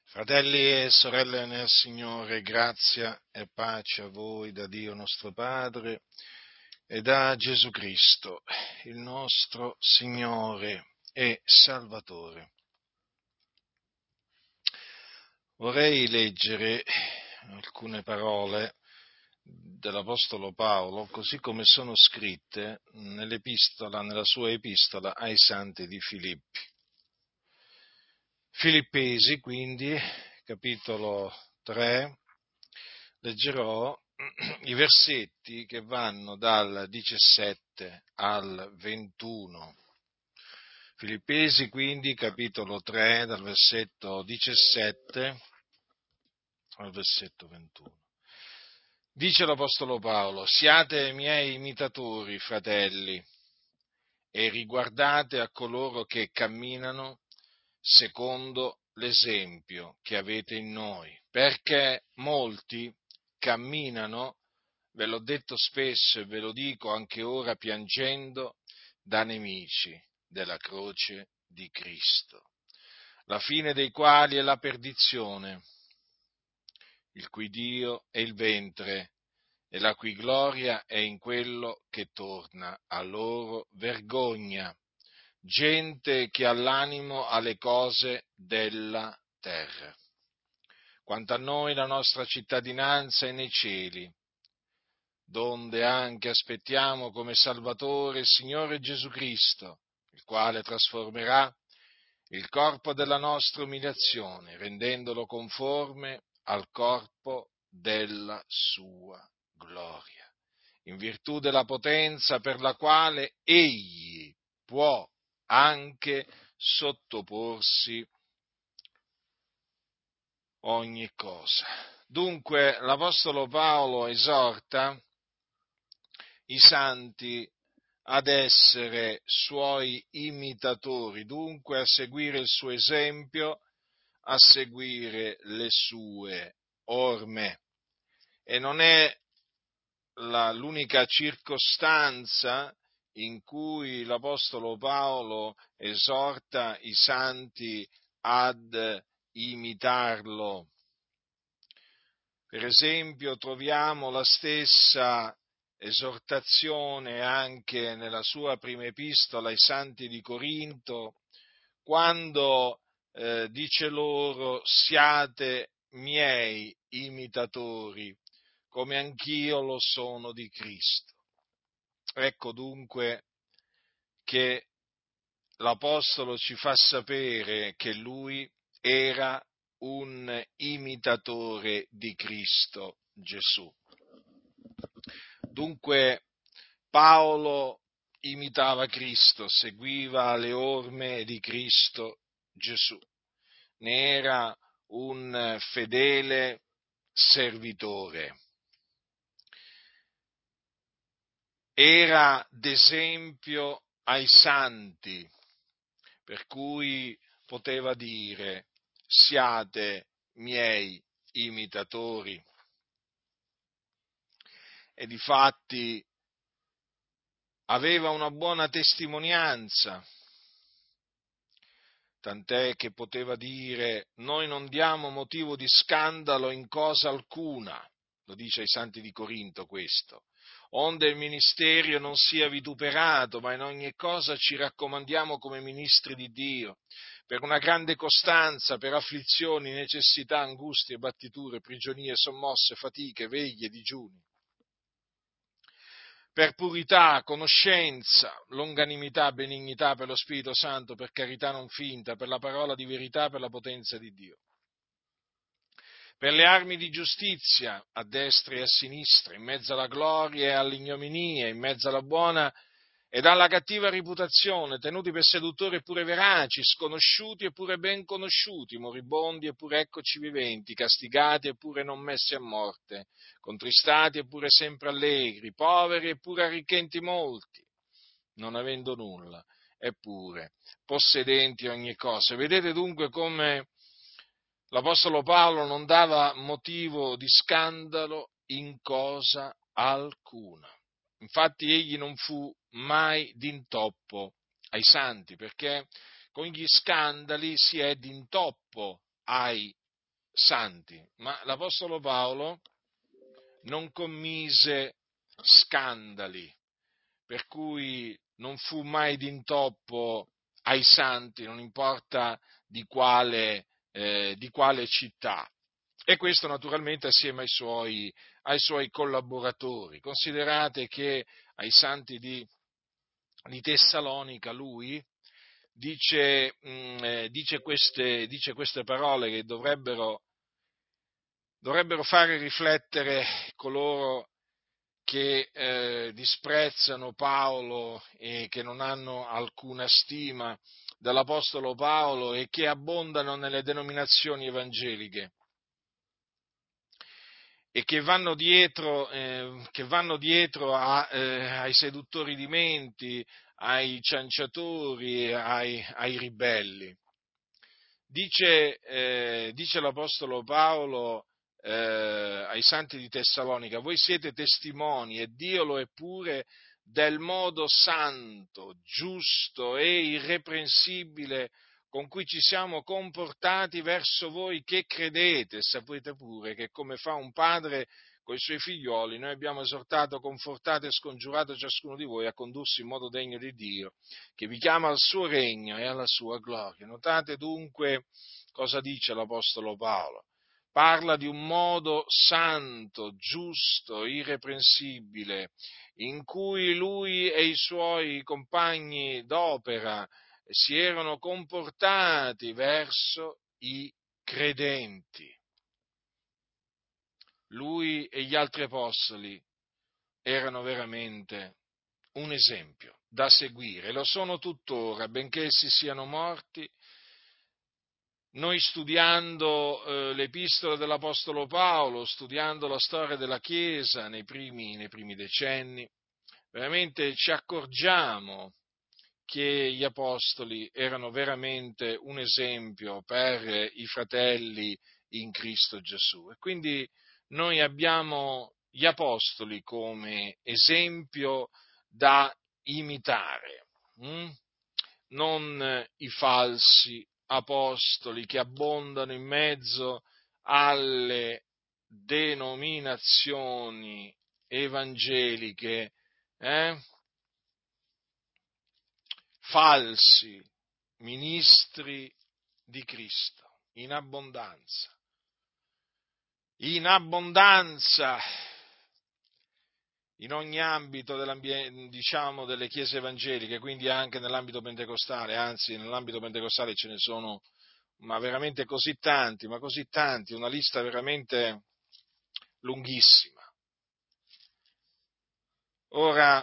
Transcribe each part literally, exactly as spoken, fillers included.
Fratelli e sorelle nel Signore, grazia e pace a voi da Dio nostro Padre e da Gesù Cristo, il nostro Signore e Salvatore. Vorrei leggere alcune parole dell'Apostolo Paolo, così come sono scritte nell'epistola, nella sua epistola ai Santi di Filippi. Filippesi, quindi, capitolo tre, leggerò i versetti che vanno dal diciassette al ventuno. Filippesi, quindi, capitolo tre, dal versetto diciassette al versetto ventuno. Dice l'Apostolo Paolo: siate miei imitatori, fratelli, e riguardate a coloro che camminano secondo l'esempio che avete in noi, perché molti camminano, ve l'ho detto spesso e ve lo dico anche ora piangendo, da nemici della croce di Cristo, la fine dei quali è la perdizione, il cui Dio è il ventre e la cui gloria è in quello che torna a loro vergogna, gente che ha l'animo alle cose della terra. Quanto a noi, la nostra cittadinanza è nei cieli, donde anche aspettiamo come Salvatore il Signore Gesù Cristo, il quale trasformerà il corpo della nostra umiliazione, rendendolo conforme al corpo della sua gloria, in virtù della potenza per la quale Egli può anche sottoporsi ogni cosa. Dunque l'Apostolo Paolo esorta i santi ad essere suoi imitatori, dunque a seguire il suo esempio, a seguire le sue orme. E non è la, l'unica circostanza in cui l'Apostolo Paolo esorta i santi ad imitarlo. Per esempio, troviamo la stessa esortazione anche nella sua prima epistola ai santi di Corinto, quando eh, dice loro: siate miei imitatori, come anch'io lo sono di Cristo. Ecco dunque che l'Apostolo ci fa sapere che lui era un imitatore di Cristo Gesù. Dunque Paolo imitava Cristo, seguiva le orme di Cristo Gesù, ne era un fedele servitore, era d'esempio ai santi, per cui poteva dire: siate miei imitatori. E difatti aveva una buona testimonianza, tant'è che poteva dire: noi non diamo motivo di scandalo in cosa alcuna, lo dice ai santi di Corinto questo, onde il ministerio non sia vituperato, ma in ogni cosa ci raccomandiamo come ministri di Dio, per una grande costanza, per afflizioni, necessità, angustie, battiture, prigionie, sommosse, fatiche, veglie, digiuni, per purità, conoscenza, longanimità, benignità, per lo Spirito Santo, per carità non finta, per la parola di verità, per la potenza di Dio, per le armi di giustizia, a destra e a sinistra, in mezzo alla gloria e all'ignominia, in mezzo alla buona ed alla cattiva reputazione, tenuti per seduttori eppure veraci, sconosciuti eppure ben conosciuti, moribondi eppure eccoci viventi, castigati eppure non messi a morte, contristati eppure sempre allegri, poveri eppure arricchenti molti, non avendo nulla, eppure possedenti ogni cosa. Vedete dunque come l'Apostolo Paolo non dava motivo di scandalo in cosa alcuna. Infatti egli non fu mai d'intoppo ai santi, perché con gli scandali si è d'intoppo ai santi, ma l'Apostolo Paolo non commise scandali, per cui non fu mai d'intoppo ai santi, non importa di quale, eh, di quale città. E questo naturalmente assieme ai suoi, ai suoi collaboratori. Considerate che ai santi di, di Tessalonica lui dice, mh, eh, dice, queste, dice queste parole che dovrebbero, dovrebbero fare riflettere coloro che eh, disprezzano Paolo e che non hanno alcuna stima dell'Apostolo Paolo e che abbondano nelle denominazioni evangeliche e che vanno dietro, eh, che vanno dietro a, eh, ai seduttori di menti, ai cianciatori, ai, ai ribelli. Dice, eh, dice l'Apostolo Paolo eh, ai santi di Tessalonica: voi siete testimoni, e Dio lo è pure, del modo santo, giusto e irreprensibile con cui ci siamo comportati verso voi che credete. Sapete pure che, come fa un padre con i suoi figlioli, noi abbiamo esortato, confortato e scongiurato ciascuno di voi a condursi in modo degno di Dio, che vi chiama al suo regno e alla sua gloria. Notate dunque cosa dice l'Apostolo Paolo. Parla di un modo santo, giusto, irreprensibile, in cui lui e i suoi compagni d'opera si erano comportati verso i credenti. Lui e gli altri apostoli erano veramente un esempio da seguire, lo sono tuttora, benché essi siano morti. Noi studiando eh, l'epistole dell'Apostolo Paolo, studiando la storia della Chiesa nei primi, nei primi decenni, veramente ci accorgiamo che gli apostoli erano veramente un esempio per i fratelli in Cristo Gesù. E quindi noi abbiamo gli apostoli come esempio da imitare, hm? Non i falsi apostoli che abbondano in mezzo alle denominazioni evangeliche, eh? falsi ministri di Cristo, in abbondanza, in abbondanza, in ogni ambito diciamo, delle chiese evangeliche, quindi anche nell'ambito pentecostale, anzi nell'ambito pentecostale ce ne sono, ma veramente così tanti, ma così tanti, una lista veramente lunghissima. Ora,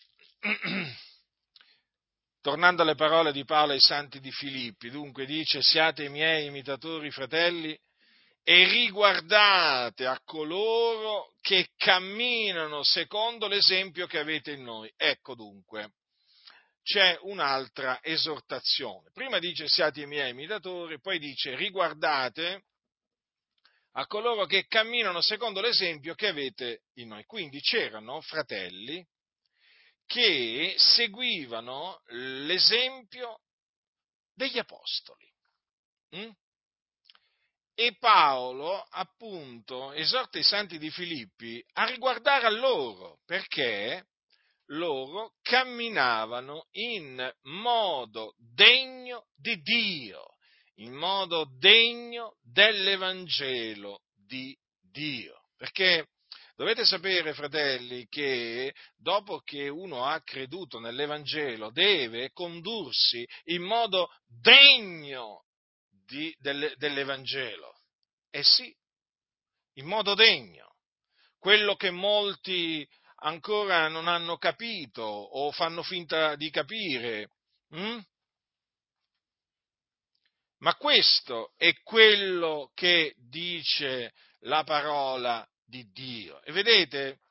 tornando alle parole di Paolo ai santi di Filippi, dunque dice: siate i miei imitatori, fratelli, e riguardate a coloro che camminano secondo l'esempio che avete in noi. Ecco dunque, c'è un'altra esortazione. Prima dice: siate i miei imitatori, poi dice: riguardate a coloro che camminano secondo l'esempio che avete in noi. Quindi c'erano fratelli che seguivano l'esempio degli apostoli. Mm? E Paolo, appunto, esorta i santi di Filippi a riguardare a loro, perché loro camminavano in modo degno di Dio, in modo degno dell'Evangelo di Dio. Perché dovete sapere, fratelli, che dopo che uno ha creduto nell'Evangelo deve condursi in modo degno di, del, dell'Evangelo. Eh sì, in modo degno. Quello che molti ancora non hanno capito o fanno finta di capire. Hm? Ma questo è quello che dice la parola di Dio. E vedete,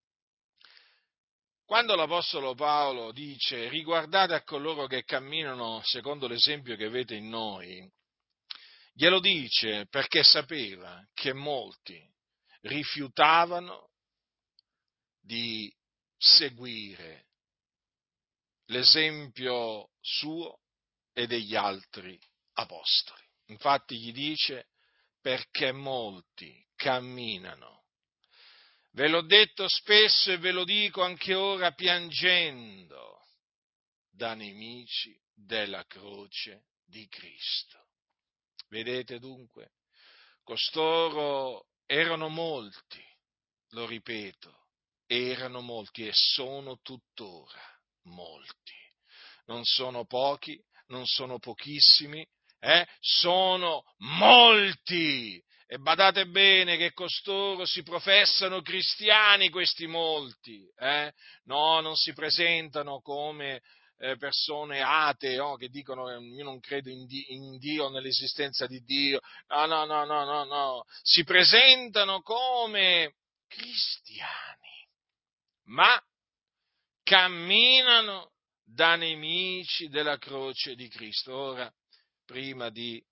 quando l'Apostolo Paolo dice riguardate a coloro che camminano secondo l'esempio che avete in noi, glielo dice perché sapeva che molti rifiutavano di seguire l'esempio suo e degli altri apostoli. Infatti gli dice: perché molti camminano. Ve l'ho detto spesso e ve lo dico anche ora piangendo, da nemici della croce di Cristo. Vedete dunque, costoro erano molti, lo ripeto, erano molti e sono tuttora molti. Non sono pochi, non sono pochissimi, eh? Sono molti. E badate bene che costoro si professano cristiani, questi molti, eh? No, non si presentano come eh, persone atee, oh, che dicono eh, io non credo in, di- in Dio, nell'esistenza di Dio. No, no, no, no, no, no. Si presentano come cristiani, ma camminano da nemici della croce di Cristo. Ora, prima di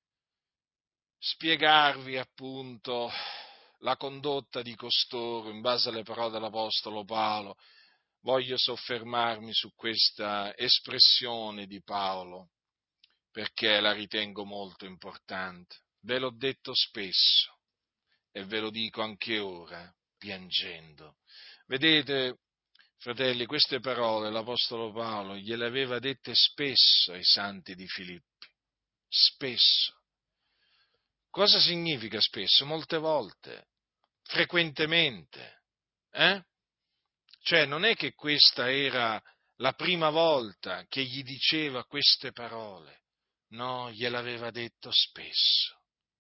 spiegarvi appunto la condotta di costoro in base alle parole dell'Apostolo Paolo, voglio soffermarmi su questa espressione di Paolo, perché la ritengo molto importante. Ve l'ho detto spesso e ve lo dico anche ora, piangendo. Vedete, fratelli, queste parole l'Apostolo Paolo gliele aveva dette spesso ai santi di Filippi, spesso. Cosa significa spesso? Molte volte, frequentemente. Eh? Cioè, non è che questa era la prima volta che gli diceva queste parole, no, gliel'aveva detto spesso.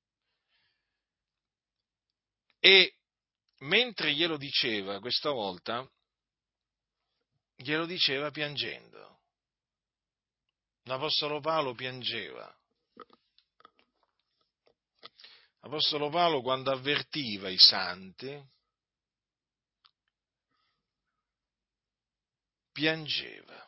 E mentre glielo diceva questa volta, glielo diceva piangendo. L'Apostolo Paolo piangeva. L'Apostolo Paolo, quando avvertiva i santi, piangeva.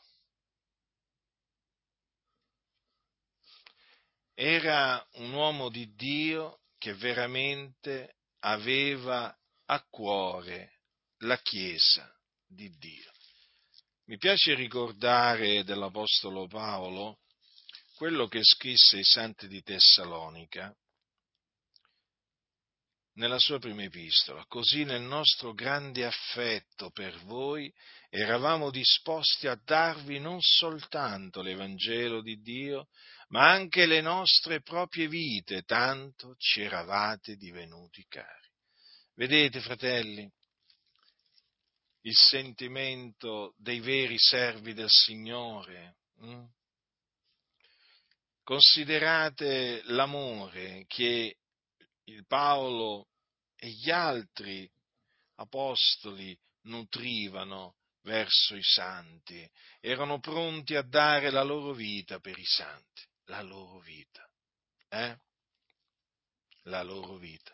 Era un uomo di Dio che veramente aveva a cuore la Chiesa di Dio. Mi piace ricordare dell'Apostolo Paolo quello che scrisse ai santi di Tessalonica nella sua prima epistola: così nel nostro grande affetto per voi eravamo disposti a darvi non soltanto l'Evangelo di Dio, ma anche le nostre proprie vite, tanto ci eravate divenuti cari. Vedete, fratelli, il sentimento dei veri servi del Signore? Hm? Considerate l'amore che il Paolo e gli altri apostoli nutrivano verso i santi, erano pronti a dare la loro vita per i santi, la loro vita, eh? La loro vita.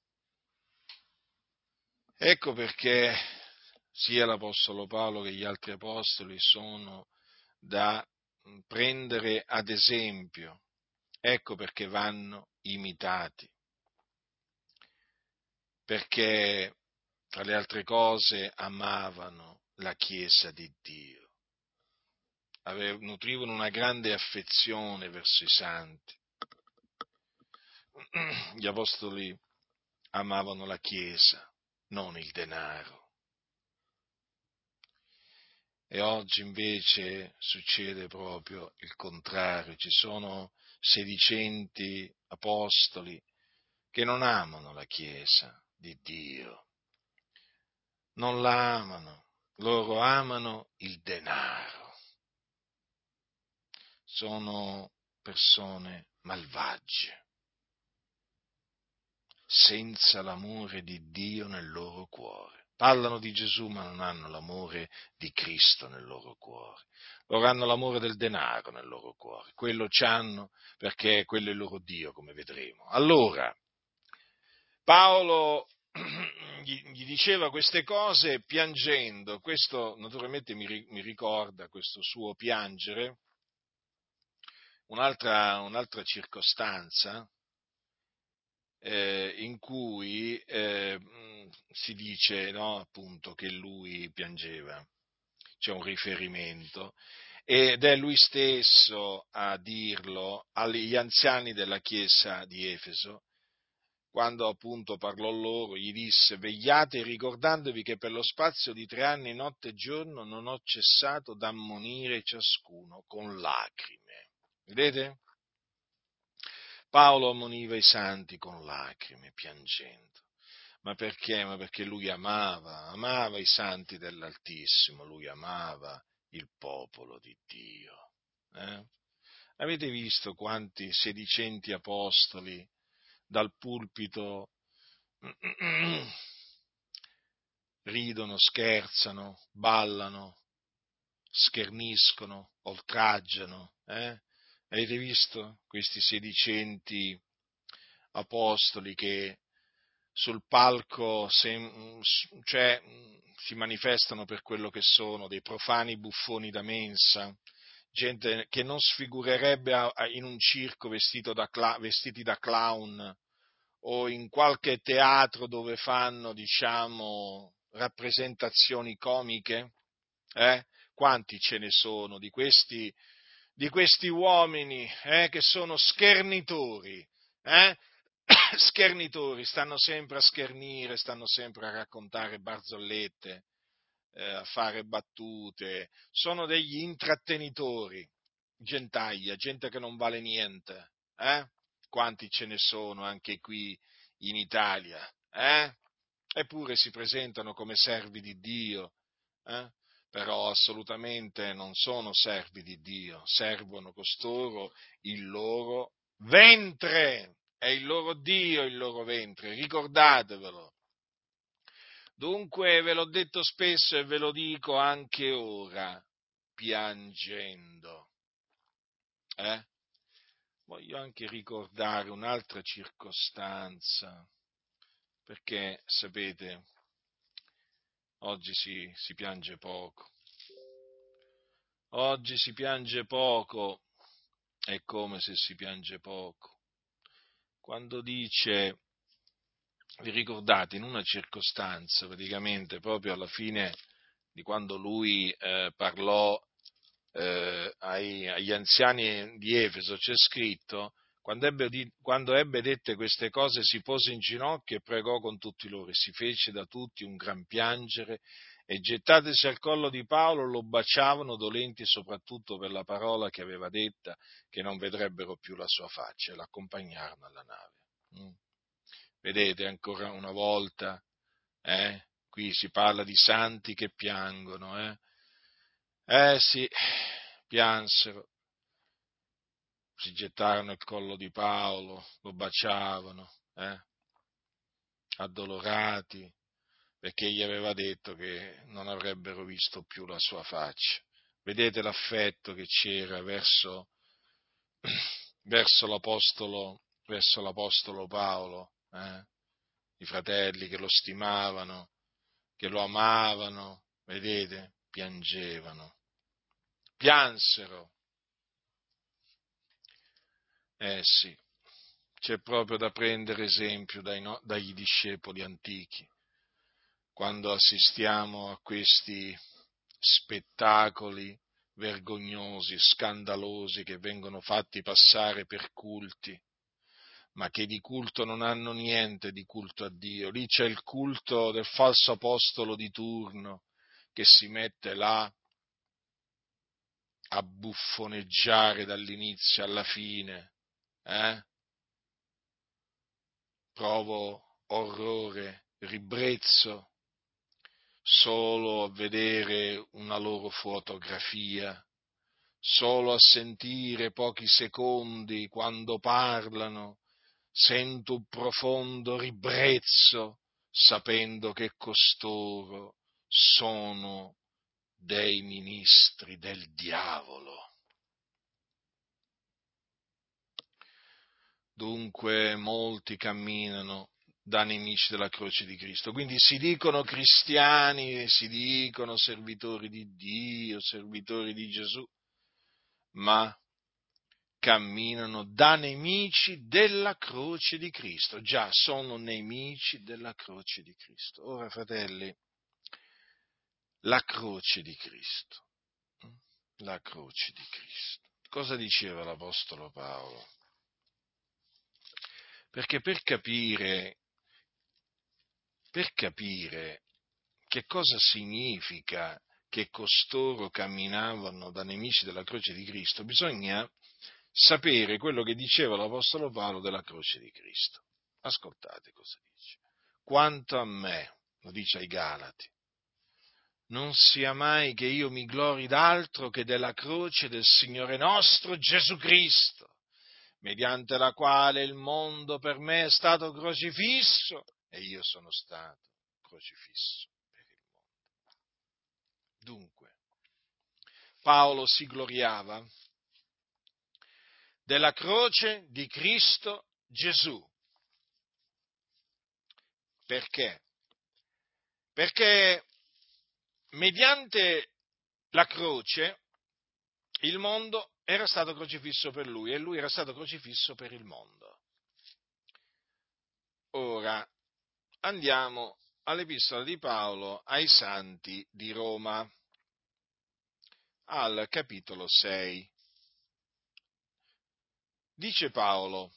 Ecco perché sia l'Apostolo Paolo che gli altri apostoli sono da prendere ad esempio, ecco perché vanno imitati, perché tra le altre cose amavano la Chiesa di Dio, Ave- nutrivano una grande affezione verso i santi. Gli apostoli amavano la Chiesa, non il denaro. E oggi invece succede proprio il contrario, ci sono sedicenti apostoli che non amano la Chiesa di Dio, non la amano, loro amano il denaro, sono persone malvagie, senza l'amore di Dio nel loro cuore. Parlano di Gesù ma non hanno l'amore di Cristo nel loro cuore. Loro hanno l'amore del denaro nel loro cuore. Quello c'hanno perché quello è il loro Dio, come vedremo. Allora, Paolo gli, gli diceva queste cose piangendo. Questo naturalmente mi, mi ricorda questo suo piangere, un'altra, un'altra circostanza eh, in cui eh, si dice, no, appunto, che lui piangeva. C'è un riferimento ed è lui stesso a dirlo agli anziani della chiesa di Efeso, quando appunto parlò loro, gli disse: vegliate ricordandovi che per lo spazio di tre anni notte e giorno non ho cessato d'ammonire ciascuno con lacrime. Vedete? Paolo ammoniva i santi con lacrime, piangendo. Ma perché? Ma perché lui amava, amava i santi dell'Altissimo, lui amava il popolo di Dio. Eh? Avete visto quanti sedicenti apostoli dal pulpito ridono, scherzano, ballano, scherniscono, oltraggiano? Eh? Avete visto questi sedicenti apostoli che sul palco sem- cioè, si manifestano per quello che sono, dei profani buffoni da mensa, gente che non sfigurerebbe a- a- in un circo vestito da cla- vestiti da clown o in qualche teatro dove fanno, diciamo, rappresentazioni comiche? Eh? Quanti ce ne sono di questi, di questi uomini eh, che sono schernitori, eh? Schernitori, stanno sempre a schernire, stanno sempre a raccontare barzellette, eh, a fare battute, sono degli intrattenitori, gentaglia, gente che non vale niente, eh? Quanti ce ne sono anche qui in Italia, eh? Eppure si presentano come servi di Dio, eh? Però assolutamente non sono servi di Dio, servono costoro il loro ventre, è il loro Dio il loro ventre, ricordatevelo. Dunque ve l'ho detto spesso e ve lo dico anche ora, piangendo. Eh? Voglio anche ricordare un'altra circostanza, perché sapete, oggi si, si piange poco. Oggi si piange poco, è come se si piange poco. Quando dice, vi ricordate, in una circostanza, praticamente proprio alla fine di quando lui eh, parlò eh, ai, agli anziani di Efeso, c'è scritto, quando ebbe, di, quando ebbe dette queste cose si pose in ginocchio e pregò con tutti loro e si fece da tutti un gran piangere e gettatisi al collo di Paolo lo baciavano dolenti soprattutto per la parola che aveva detta che non vedrebbero più la sua faccia e l'accompagnarono alla nave. Mm. Vedete ancora una volta, eh? Qui si parla di santi che piangono, eh? Eh sì, piansero, si gettarono al collo di Paolo, lo baciavano, eh? Addolorati, perché gli aveva detto che non avrebbero visto più la sua faccia. Vedete l'affetto che c'era verso, verso l'apostolo, verso l'apostolo Paolo, eh? I fratelli che lo stimavano, che lo amavano, vedete, piangevano, piansero. Eh sì, c'è proprio da prendere esempio dai no- dagli discepoli antichi, quando assistiamo a questi spettacoli vergognosi, scandalosi che vengono fatti passare per culti, ma che di culto non hanno niente di culto a Dio. Lì c'è il culto del falso apostolo di turno che si mette là a buffoneggiare dall'inizio alla fine, eh? Provo orrore, ribrezzo solo a vedere una loro fotografia, solo a sentire pochi secondi quando parlano, sento un profondo ribrezzo sapendo che costoro sono dei ministri del diavolo. Dunque molti camminano da nemici della croce di Cristo, quindi si dicono cristiani, si dicono servitori di Dio, servitori di Gesù, ma camminano da nemici della croce di Cristo. Già, sono nemici della croce di Cristo. Ora, fratelli, la croce di Cristo, la croce di Cristo. Cosa diceva l'Apostolo Paolo? Perché per capire, per capire che cosa significa che costoro camminavano da nemici della croce di Cristo, bisogna sapere quello che diceva l'Apostolo Paolo della croce di Cristo. Ascoltate cosa dice. Quanto a me, lo dice ai Galati, non sia mai che io mi glori d'altro che della croce del Signore nostro Gesù Cristo, mediante la quale il mondo per me è stato crocifisso e io sono stato crocifisso per il mondo. Dunque, Paolo si gloriava della croce di Cristo Gesù. Perché? Perché mediante la croce il mondo era stato crocifisso per lui e lui era stato crocifisso per il mondo. Ora andiamo all'Epistola di Paolo ai Santi di Roma, al capitolo sei. Dice Paolo: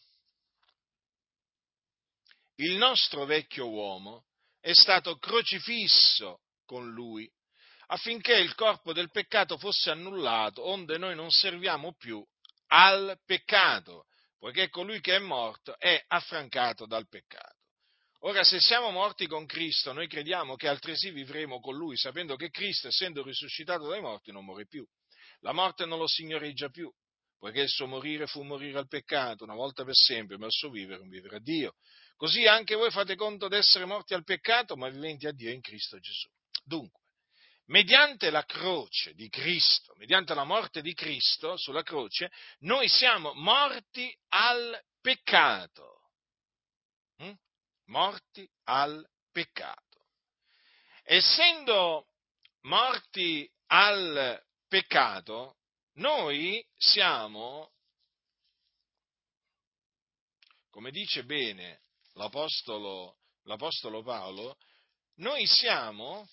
il nostro vecchio uomo è stato crocifisso con lui, affinché il corpo del peccato fosse annullato, onde noi non serviamo più al peccato, poiché colui che è morto è affrancato dal peccato. Ora, se siamo morti con Cristo, noi crediamo che altresì vivremo con Lui, sapendo che Cristo, essendo risuscitato dai morti, non morì più. La morte non lo signoreggia più, poiché il suo morire fu morire al peccato, una volta per sempre, ma il suo vivere un vivere a Dio. Così anche voi fate conto d'essere morti al peccato, ma viventi a Dio in Cristo Gesù. Dunque, mediante la croce di Cristo, mediante la morte di Cristo sulla croce, noi siamo morti al peccato. Mm? Morti al peccato. Essendo morti al peccato, noi siamo, come dice bene l'Apostolo, l'Apostolo Paolo, noi siamo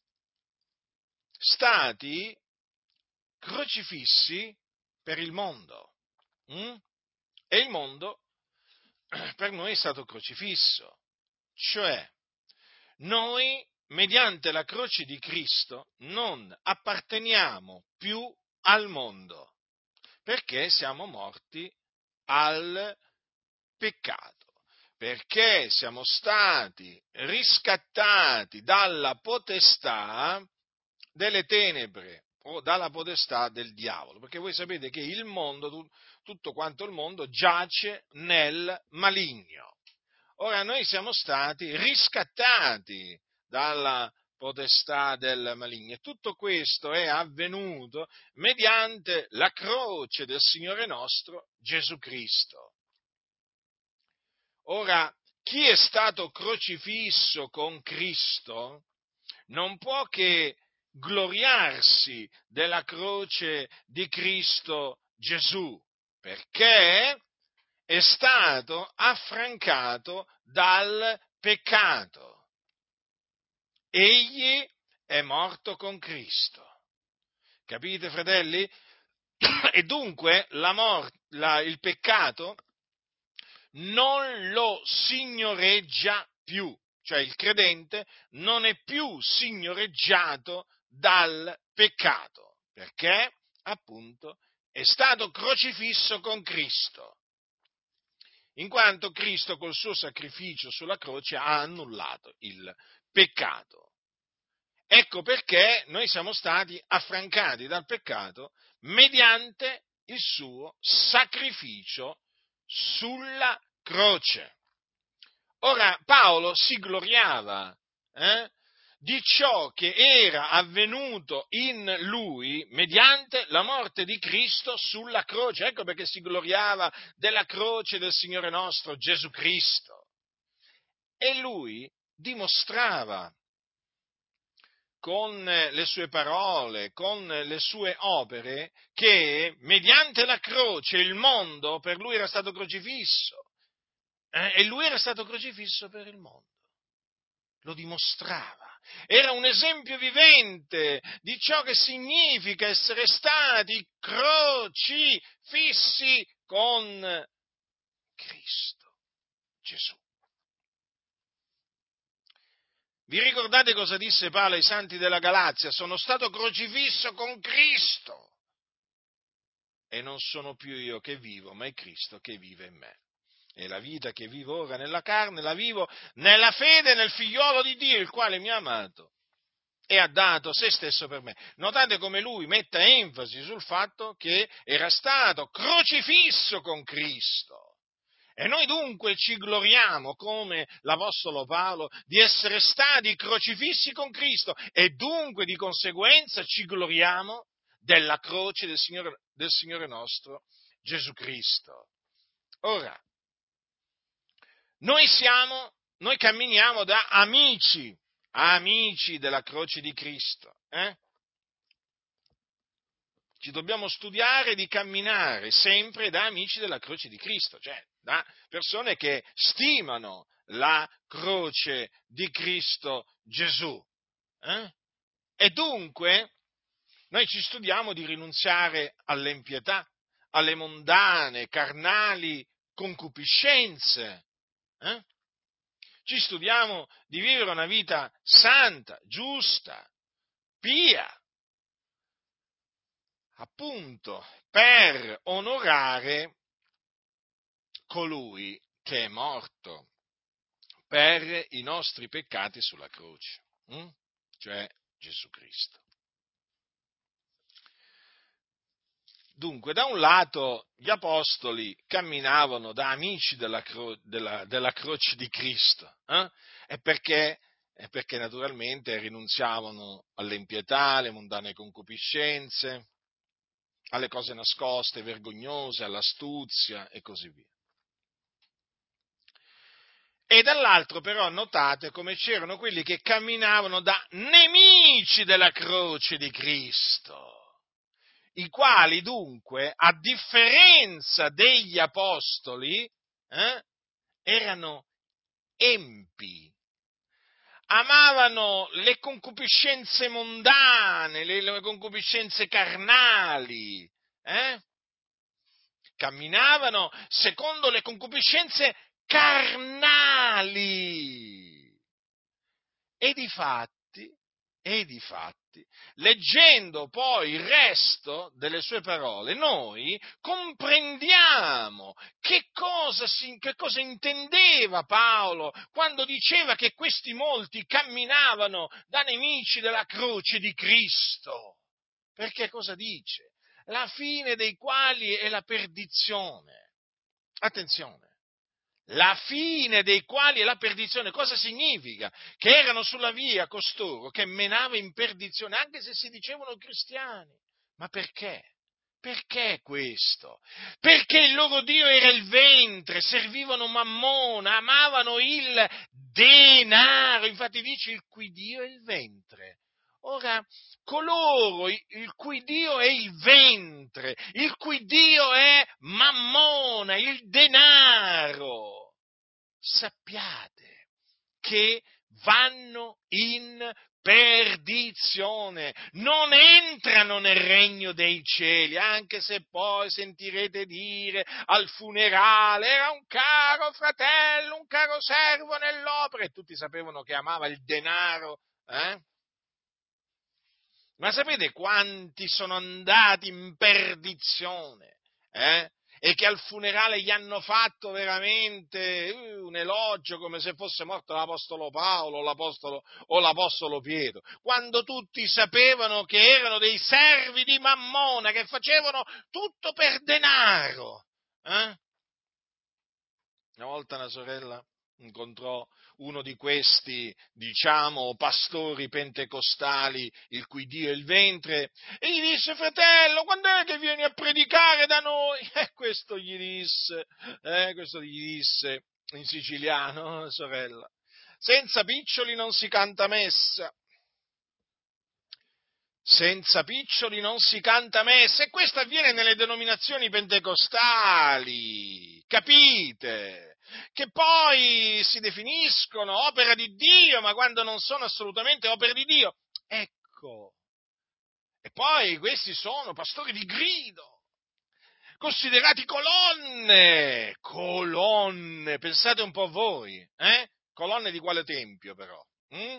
stati crocifissi per il mondo. Mm? E il mondo per noi è stato crocifisso. Cioè, noi, mediante la croce di Cristo, non apparteniamo più al mondo, perché siamo morti al peccato, perché siamo stati riscattati dalla potestà delle tenebre o dalla potestà del diavolo, perché voi sapete che il mondo, tutto quanto il mondo, giace nel maligno. Ora noi siamo stati riscattati dalla potestà del maligno e tutto questo è avvenuto mediante la croce del Signore nostro Gesù Cristo. Ora, chi è stato crocifisso con Cristo non può che gloriarsi della croce di Cristo Gesù, perché è stato affrancato dal peccato. Egli è morto con Cristo. Capite, fratelli? E dunque la mor- la, il peccato non lo signoreggia più, cioè il credente non è più signoreggiato dal peccato, perché appunto è stato crocifisso con Cristo, in quanto Cristo col suo sacrificio sulla croce ha annullato il peccato. Ecco perché noi siamo stati affrancati dal peccato mediante il suo sacrificio sulla croce. Ora Paolo si gloriava eh, di ciò che era avvenuto in lui mediante la morte di Cristo sulla croce. Ecco perché si gloriava della croce del Signore nostro Gesù Cristo. E lui dimostrava con le sue parole, con le sue opere, che mediante la croce il mondo per lui era stato crocifisso eh, e lui era stato crocifisso per il mondo. Lo dimostrava. Era un esempio vivente di ciò che significa essere stati crocifissi con Cristo. Gesù. Vi ricordate cosa disse Paolo ai santi della Galazia? Sono stato crocifisso con Cristo e non sono più io che vivo, ma è Cristo che vive in me. E la vita che vivo ora nella carne la vivo nella fede nel figliolo di Dio, il quale mi ha amato e ha dato se stesso per me. Notate come lui mette enfasi sul fatto che era stato crocifisso con Cristo. E noi dunque ci gloriamo, come l'Apostolo Paolo, di essere stati crocifissi con Cristo e dunque di conseguenza ci gloriamo della croce del Signore, del Signore nostro Gesù Cristo. Ora, noi siamo, noi camminiamo da amici, amici della croce di Cristo, eh? Ci dobbiamo studiare di camminare sempre da amici della croce di Cristo, cioè da persone che stimano la croce di Cristo Gesù. Eh? E dunque noi ci studiamo di rinunziare all'impietà, alle mondane, carnali concupiscenze. Eh? Ci studiamo di vivere una vita santa, giusta, pia, appunto, per onorare colui che è morto per i nostri peccati sulla croce, hm? Cioè Gesù Cristo. Dunque, da un lato gli apostoli camminavano da amici della, cro- della, della croce di Cristo, eh? e perché, e perché naturalmente rinunziavano all'impietà, alle mondane concupiscenze, alle cose nascoste, vergognose, all'astuzia e così via. E dall'altro però notate come c'erano quelli che camminavano da nemici della croce di Cristo, i quali dunque, a differenza degli apostoli, eh, erano empi, amavano le concupiscenze mondane, le, le concupiscenze carnali, eh? Camminavano secondo le concupiscenze carnali. E difatti, e difatti, leggendo poi il resto delle sue parole, noi comprendiamo che cosa, si, che cosa intendeva Paolo quando diceva che questi molti camminavano da nemici della croce di Cristo. Perché cosa dice? La fine dei quali è la perdizione. Attenzione. La fine dei quali è la perdizione. Cosa significa? Che erano sulla via costoro che menava in perdizione, anche se si dicevano cristiani. Ma perché? Perché questo? Perché il loro Dio era il ventre, servivano Mammona, amavano il denaro, infatti dice il cui Dio è il ventre. Ora, coloro il cui Dio è il ventre, il cui Dio è Mammona, il denaro, sappiate che vanno in perdizione, non entrano nel regno dei cieli, anche se poi sentirete dire al funerale era un caro fratello, un caro servo nell'opera, e tutti sapevano che amava il denaro, eh? Ma sapete quanti sono andati in perdizione? Eh? E che al funerale gli hanno fatto veramente uh, un elogio come se fosse morto l'Apostolo Paolo o l'Apostolo, o l'Apostolo Pietro, quando tutti sapevano che erano dei servi di Mammona, che facevano tutto per denaro. Eh? Una volta una sorella incontrò uno di questi, diciamo, pastori pentecostali, il cui Dio è il ventre, e gli disse: fratello, quando è che vieni a predicare da noi? E questo gli disse, eh, questo gli disse in siciliano, sorella, senza piccioli non si canta messa. Senza piccioli non si canta messa, e questo avviene nelle denominazioni pentecostali, capite? Che poi si definiscono opera di Dio, ma quando non sono assolutamente opera di Dio. Ecco. E poi questi sono pastori di grido, considerati colonne, colonne colonne, pensate un po' voi, eh? Colonne di quale tempio però? Hm?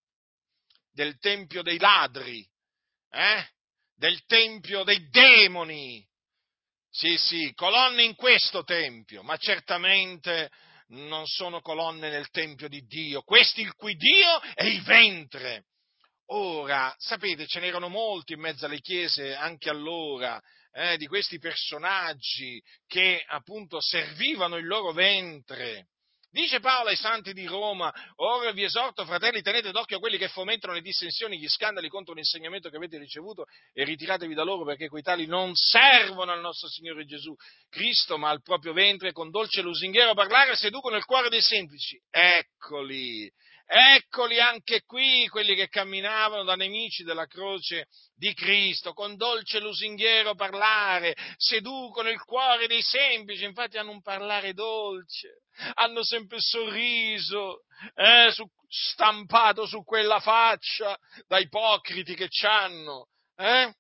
Del tempio dei ladri, eh? Del tempio dei demoni. Sì, sì, colonne in questo tempio, ma certamente non sono colonne nel tempio di Dio. Questi il cui Dio è il ventre. Ora, sapete, ce n'erano molti in mezzo alle chiese anche allora, eh, di questi personaggi che appunto servivano il loro ventre. Dice Paolo ai santi di Roma: ora vi esorto, fratelli, tenete d'occhio quelli che fomentano le dissensioni, gli scandali contro l'insegnamento che avete ricevuto e ritiratevi da loro, perché quei tali non servono al nostro Signore Gesù Cristo, ma al proprio ventre, con dolce lusinghiero parlare seducono il cuore dei semplici. Eccoli, eccoli anche qui, quelli che camminavano da nemici della croce di Cristo, con dolce lusinghiero parlare, seducono il cuore dei semplici, infatti hanno un parlare dolce, hanno sempre il sorriso eh, su, stampato su quella faccia da ipocriti che c'hanno, eh?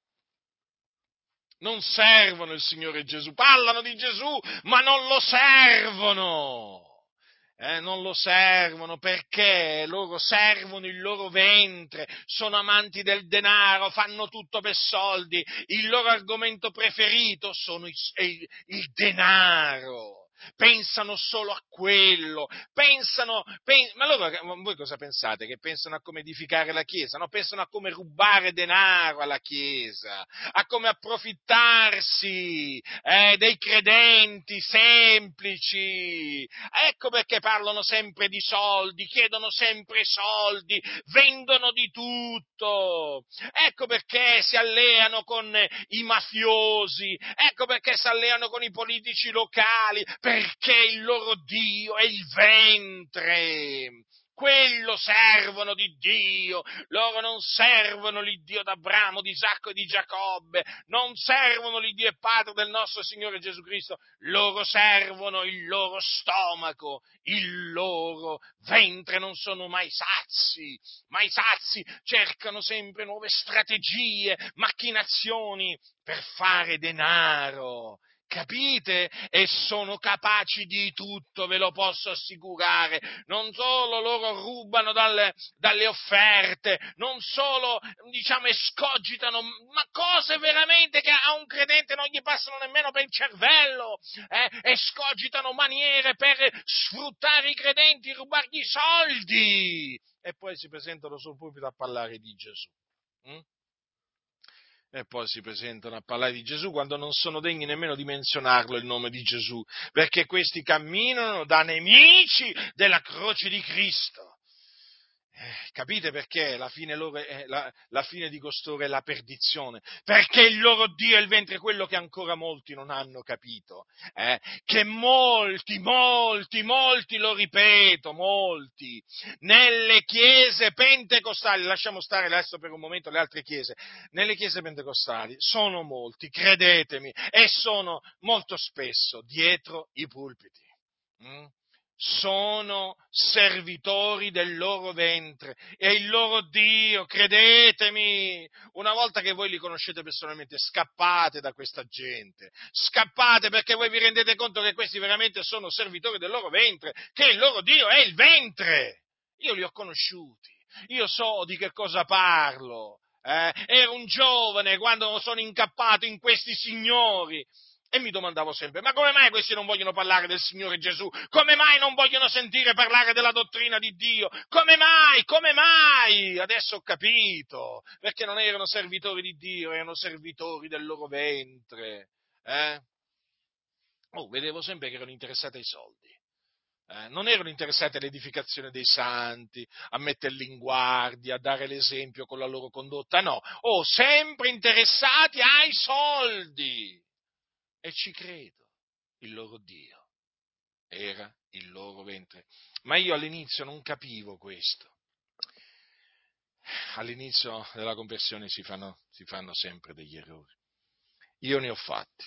Non servono il Signore Gesù, parlano di Gesù, ma non lo servono. Eh, non lo servono perché loro servono il loro ventre, sono amanti del denaro, fanno tutto per soldi, il loro argomento preferito sono i, è il, il denaro. Pensano solo a quello, pensano, pen, ma loro, voi cosa pensate? Che pensano a come edificare la Chiesa? No, pensano a come rubare denaro alla Chiesa, a come approfittarsi eh, dei credenti semplici. Ecco perché parlano sempre di soldi, chiedono sempre soldi, vendono di tutto. Ecco perché si alleano con i mafiosi, ecco perché si alleano con i politici locali, perché il loro Dio è il ventre. Quello servono di Dio, loro non servono l'Iddio d'Abramo, di Isacco e di Giacobbe, non servono l'Iddio e Padre del nostro Signore Gesù Cristo, loro servono il loro stomaco, il loro ventre, non sono mai sazi, mai sazi, cercano sempre nuove strategie, macchinazioni per fare denaro. Capite? E sono capaci di tutto, ve lo posso assicurare. Non solo loro rubano dalle, dalle offerte, non solo, diciamo, escogitano, ma cose veramente che a un credente non gli passano nemmeno per il cervello. Eh? Escogitano maniere per sfruttare i credenti, rubargli i soldi. E poi si presentano sul pulpito a parlare di Gesù. Mm? E poi si presentano a parlare di Gesù quando non sono degni nemmeno di menzionarlo il nome di Gesù, perché questi camminano da nemici della croce di Cristo. Eh, capite perché la fine, loro è, la, la fine di costoro è la perdizione? Perché il loro Dio è il ventre, quello che ancora molti non hanno capito. Eh? Che molti, molti, molti, lo ripeto, molti, nelle chiese pentecostali, lasciamo stare adesso per un momento le altre chiese, nelle chiese pentecostali sono molti, credetemi, e sono molto spesso dietro i pulpiti. Mm? Sono servitori del loro ventre e il loro Dio, credetemi, una volta che voi li conoscete personalmente, scappate da questa gente, scappate perché voi vi rendete conto che questi veramente sono servitori del loro ventre, che il loro Dio è il ventre. Io li ho conosciuti, io so di che cosa parlo, eh? Ero un giovane quando sono incappato in questi signori. E mi domandavo sempre, ma come mai questi non vogliono parlare del Signore Gesù? Come mai non vogliono sentire parlare della dottrina di Dio? Come mai? Come mai? Adesso ho capito, perché non erano servitori di Dio, erano servitori del loro ventre. Eh? Oh, vedevo sempre che erano interessati ai soldi. Eh, non erano interessati all'edificazione dei santi, a metterli in guardia, a dare l'esempio con la loro condotta, no, oh, sempre interessati ai soldi. E ci credo, il loro Dio era il loro ventre. Ma io all'inizio non capivo questo. All'inizio della conversione si fanno, si fanno sempre degli errori. Io ne ho fatti.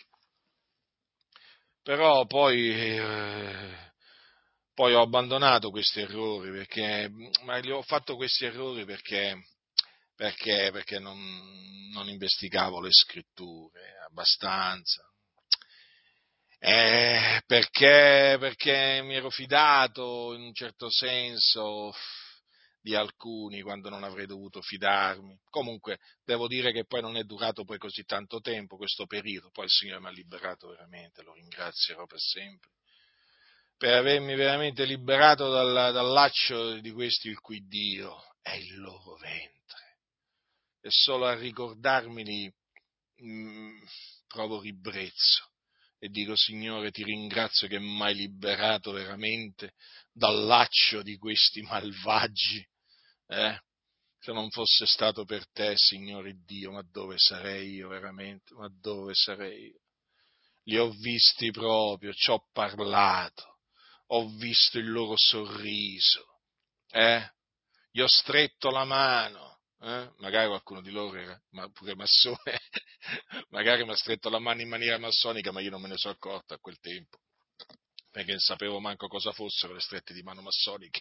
Però poi, eh, poi ho abbandonato questi errori, perché, ma li ho fatto questi errori perché, perché, perché non, non investigavo le scritture abbastanza. Eh, perché, perché mi ero fidato in un certo senso di alcuni quando non avrei dovuto fidarmi. Comunque, devo dire che poi non è durato poi così tanto tempo questo periodo, poi il Signore mi ha liberato veramente, lo ringrazierò per sempre, per avermi veramente liberato dal, dal laccio di questi il cui Dio è il loro ventre. E solo a ricordarmeli mh, provo ribrezzo e dico, Signore, ti ringrazio che mi hai liberato veramente dal laccio di questi malvagi. Eh? Se non fosse stato per te, Signore Dio, ma dove sarei io veramente? Ma dove sarei io? Li ho visti proprio, ci ho parlato, ho visto il loro sorriso, eh? Gli ho stretto la mano, eh? Magari qualcuno di loro era ma pure massone, magari mi ha stretto la mano in maniera massonica, ma io non me ne sono accorto a quel tempo, perché non sapevo manco cosa fossero le strette di mano massoniche.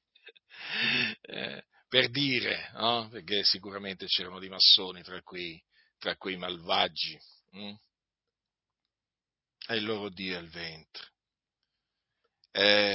eh, per dire, no? Perché sicuramente c'erano dei massoni tra quei, tra quei malvagi, hm? E il loro Dio è il ventre. Eh,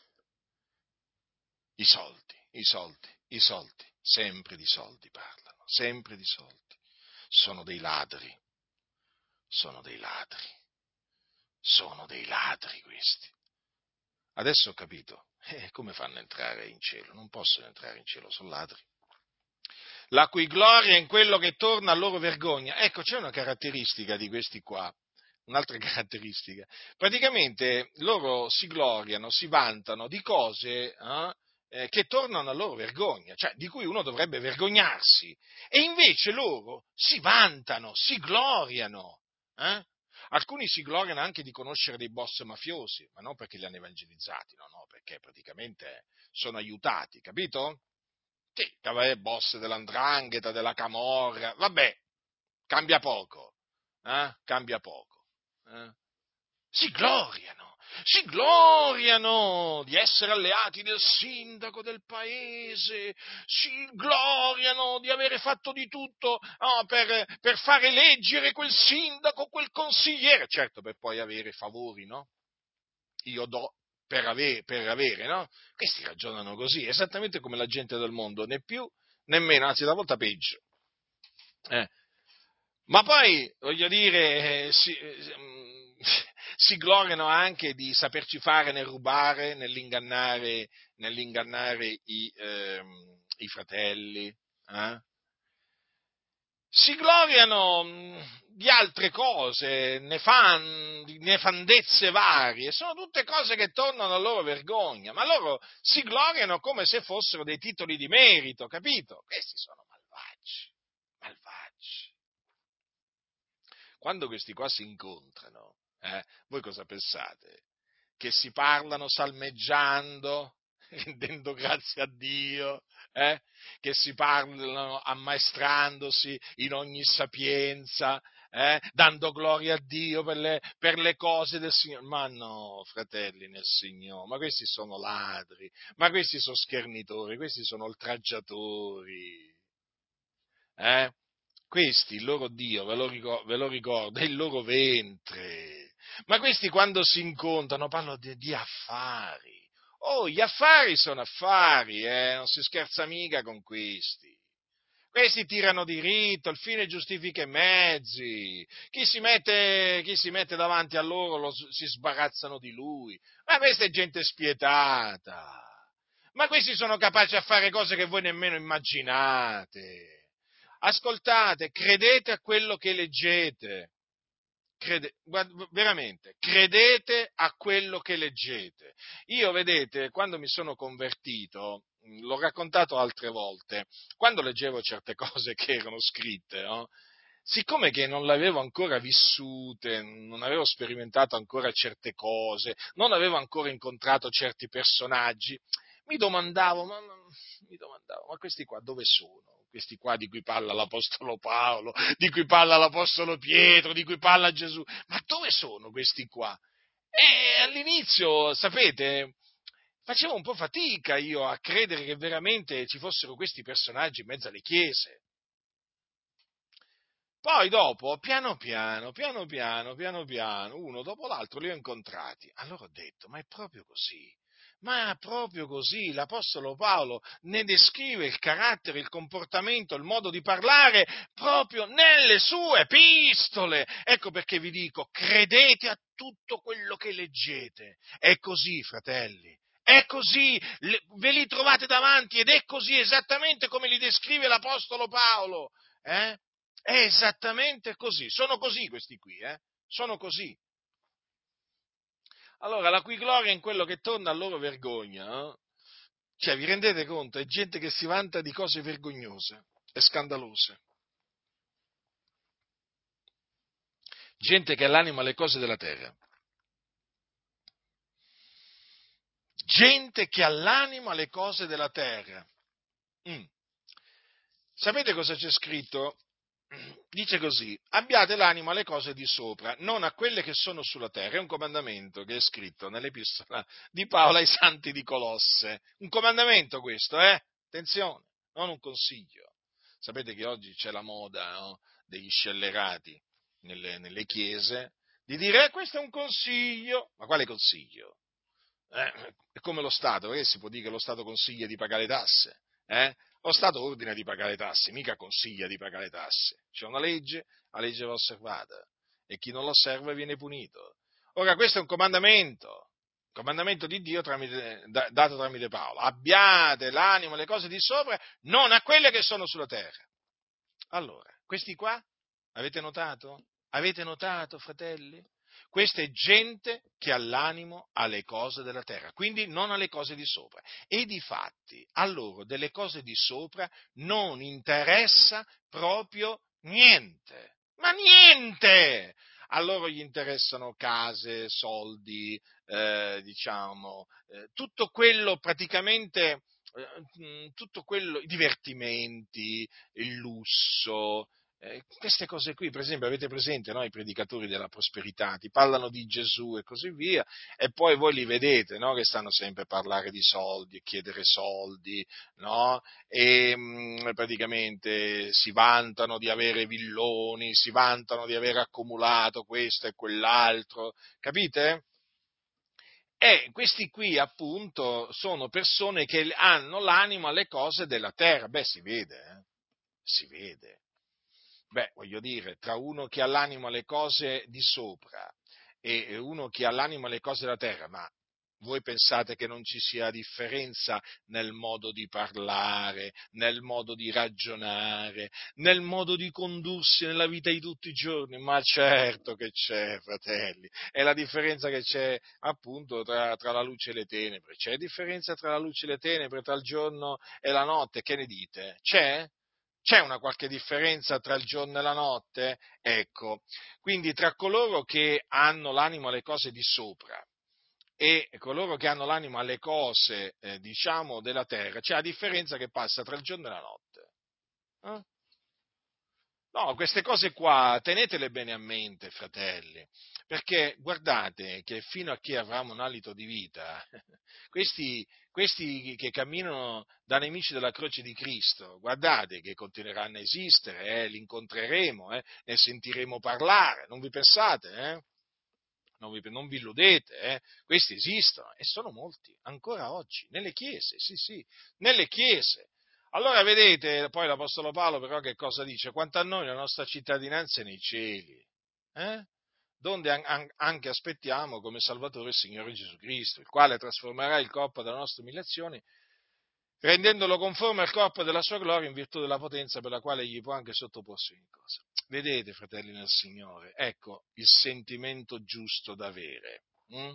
I soldi, i soldi, i soldi, sempre di soldi parlano, sempre di soldi. Sono dei ladri, sono dei ladri, sono dei ladri questi. Adesso ho capito, eh, come fanno a entrare in cielo? Non possono entrare in cielo, sono ladri. La cui gloria è in quello che torna a loro vergogna. Ecco, c'è una caratteristica di questi qua, un'altra caratteristica. Praticamente loro si gloriano, si vantano di cose eh, eh, che tornano a loro vergogna, cioè di cui uno dovrebbe vergognarsi. E invece loro si vantano, si gloriano. Eh? Alcuni si gloriano anche di conoscere dei boss mafiosi, ma non perché li hanno evangelizzati, no, no, perché praticamente sono aiutati, capito? Sì, vabbè, boss dell'andrangheta, della camorra, vabbè, cambia poco, eh? Cambia poco. Eh? Si gloriano, si gloriano di essere alleati del sindaco del paese, si gloriano di avere fatto di tutto no, per, per far eleggere quel sindaco, quel consigliere, certo per poi avere favori, no? Io do per avere, per avere, no? Questi ragionano così, esattamente come la gente del mondo, né più né meno, anzi, talvolta peggio. Eh. Ma poi, voglio dire, eh, si, eh, mm, si gloriano anche di saperci fare nel rubare, nell'ingannare, nell'ingannare i, ehm, i fratelli. Eh? Si gloriano mh, di altre cose, nefan- di nefandezze varie, sono tutte cose che tornano a loro vergogna, ma loro si gloriano come se fossero dei titoli di merito, capito? Questi sono malvagi, malvagi. Quando questi qua si incontrano, eh, voi cosa pensate? Che si parlano salmeggiando, rendendo grazie a Dio, eh? Che si parlano ammaestrandosi in ogni sapienza, eh? Dando gloria a Dio per le, per le cose del Signore. Ma no, fratelli nel Signore, ma questi sono ladri, ma questi sono schernitori, questi sono oltraggiatori. Eh? Questi, il loro Dio, ve lo, ricordo, ve lo ricordo, è il loro ventre. Ma questi quando si incontrano parlano di, di affari. Oh, gli affari sono affari, eh? Non si scherza mica con questi. Questi tirano diritto, il fine giustifica i mezzi. Chi si mette, chi si mette davanti a loro lo, si sbarazzano di lui. Ma questa è gente spietata. Ma questi sono capaci a fare cose che voi nemmeno immaginate. Ascoltate, credete a quello che leggete. Crede, guarda, veramente, credete a quello che leggete. Io, vedete, quando mi sono convertito, l'ho raccontato altre volte, quando leggevo certe cose che erano scritte, no? Siccome che non le avevo ancora vissute, non avevo sperimentato ancora certe cose, non avevo ancora incontrato certi personaggi, mi domandavo, ma, ma, mi domandavo, ma questi qua dove sono? Questi qua di cui parla l'Apostolo Paolo, di cui parla l'Apostolo Pietro, di cui parla Gesù, ma dove sono questi qua? E all'inizio, sapete, facevo un po' fatica io a credere che veramente ci fossero questi personaggi in mezzo alle chiese. Poi dopo, piano piano, piano piano, piano piano, uno dopo l'altro li ho incontrati. Allora ho detto, ma è proprio così. Ma è proprio così, l'Apostolo Paolo ne descrive il carattere, il comportamento, il modo di parlare proprio nelle sue epistole. Ecco perché vi dico, credete a tutto quello che leggete. È così, fratelli. È così, le- ve li trovate davanti ed è così esattamente come li descrive l'Apostolo Paolo. Eh? È esattamente così, sono così questi qui, eh? Sono così. Allora, la cui gloria è in quello che torna a loro vergogna, eh? Cioè, vi rendete conto? È gente che si vanta di cose vergognose e scandalose. Gente che ha l'anima alle cose della terra. Gente che ha l'anima alle cose della terra. Mm. Sapete cosa c'è scritto? Dice così, abbiate l'anima alle cose di sopra, non a quelle che sono sulla terra. È un comandamento che è scritto nell'epistola di Paolo ai santi di Colosse. Un comandamento questo, eh? Attenzione, non un consiglio. Sapete che oggi c'è la moda, no? Degli scellerati nelle, nelle chiese di dire, eh, questo è un consiglio. Ma quale consiglio? Eh, è come lo Stato, perché si può dire che lo Stato consiglia di pagare tasse? Eh? Lo Stato ordina di pagare tasse, mica consiglia di pagare tasse. C'è una legge, la legge va osservata e chi non lo osserva viene punito. Ora, questo è un comandamento, un comandamento di Dio tramite, da, dato tramite Paolo. Abbiate l'animo alle cose di sopra, non a quelle che sono sulla terra. Allora, questi qua, avete notato? Avete notato, fratelli? Questa è gente che ha l'animo alle cose della terra, quindi non alle cose di sopra. E difatti a loro delle cose di sopra non interessa proprio niente. Ma niente! A loro gli interessano case, soldi, eh, diciamo, eh, tutto quello praticamente, eh, tutto quello, i divertimenti, il lusso, eh, queste cose qui, per esempio, avete presente, no, i predicatori della prosperità, ti parlano di Gesù e così via, e poi voi li vedete, no, che stanno sempre a parlare di soldi e chiedere soldi, no, e mh, praticamente si vantano di avere villoni, si vantano di aver accumulato questo e quell'altro, capite? E questi qui, appunto, sono persone che hanno l'animo alle cose della terra. Beh, si vede, eh? Si vede. Beh, voglio dire, tra uno che ha l'animo alle cose di sopra e uno che ha l'animo alle cose della terra, ma voi pensate che non ci sia differenza nel modo di parlare, nel modo di ragionare, nel modo di condursi nella vita di tutti i giorni? Ma certo che c'è, fratelli. È la differenza che c'è appunto tra, tra la luce e le tenebre. C'è differenza tra la luce e le tenebre, tra il giorno e la notte? Che ne dite? C'è? C'è una qualche differenza tra il giorno e la notte? Ecco, quindi tra coloro che hanno l'animo alle cose di sopra e coloro che hanno l'animo alle cose, eh, diciamo, della terra, c'è la differenza che passa tra il giorno e la notte. Eh? No, queste cose qua tenetele bene a mente, fratelli, perché guardate che fino a che avremo un alito di vita, questi, questi che camminano da nemici della croce di Cristo, guardate che continueranno a esistere, eh, li incontreremo, eh, ne sentiremo parlare, non vi pensate, eh? Non vi, non vi illudete, eh? Questi esistono e sono molti, ancora oggi, nelle chiese, sì, sì, nelle chiese. Allora vedete, poi l'Apostolo Paolo però che cosa dice? Quanto a noi la nostra cittadinanza è nei cieli, eh? Donde an- an- anche aspettiamo come Salvatore il Signore Gesù Cristo, il quale trasformerà il corpo della nostra umiliazione, rendendolo conforme al corpo della sua gloria in virtù della potenza per la quale egli può anche sottoporsi ogni cosa. Vedete, fratelli nel Signore, ecco il sentimento giusto da avere. Hm?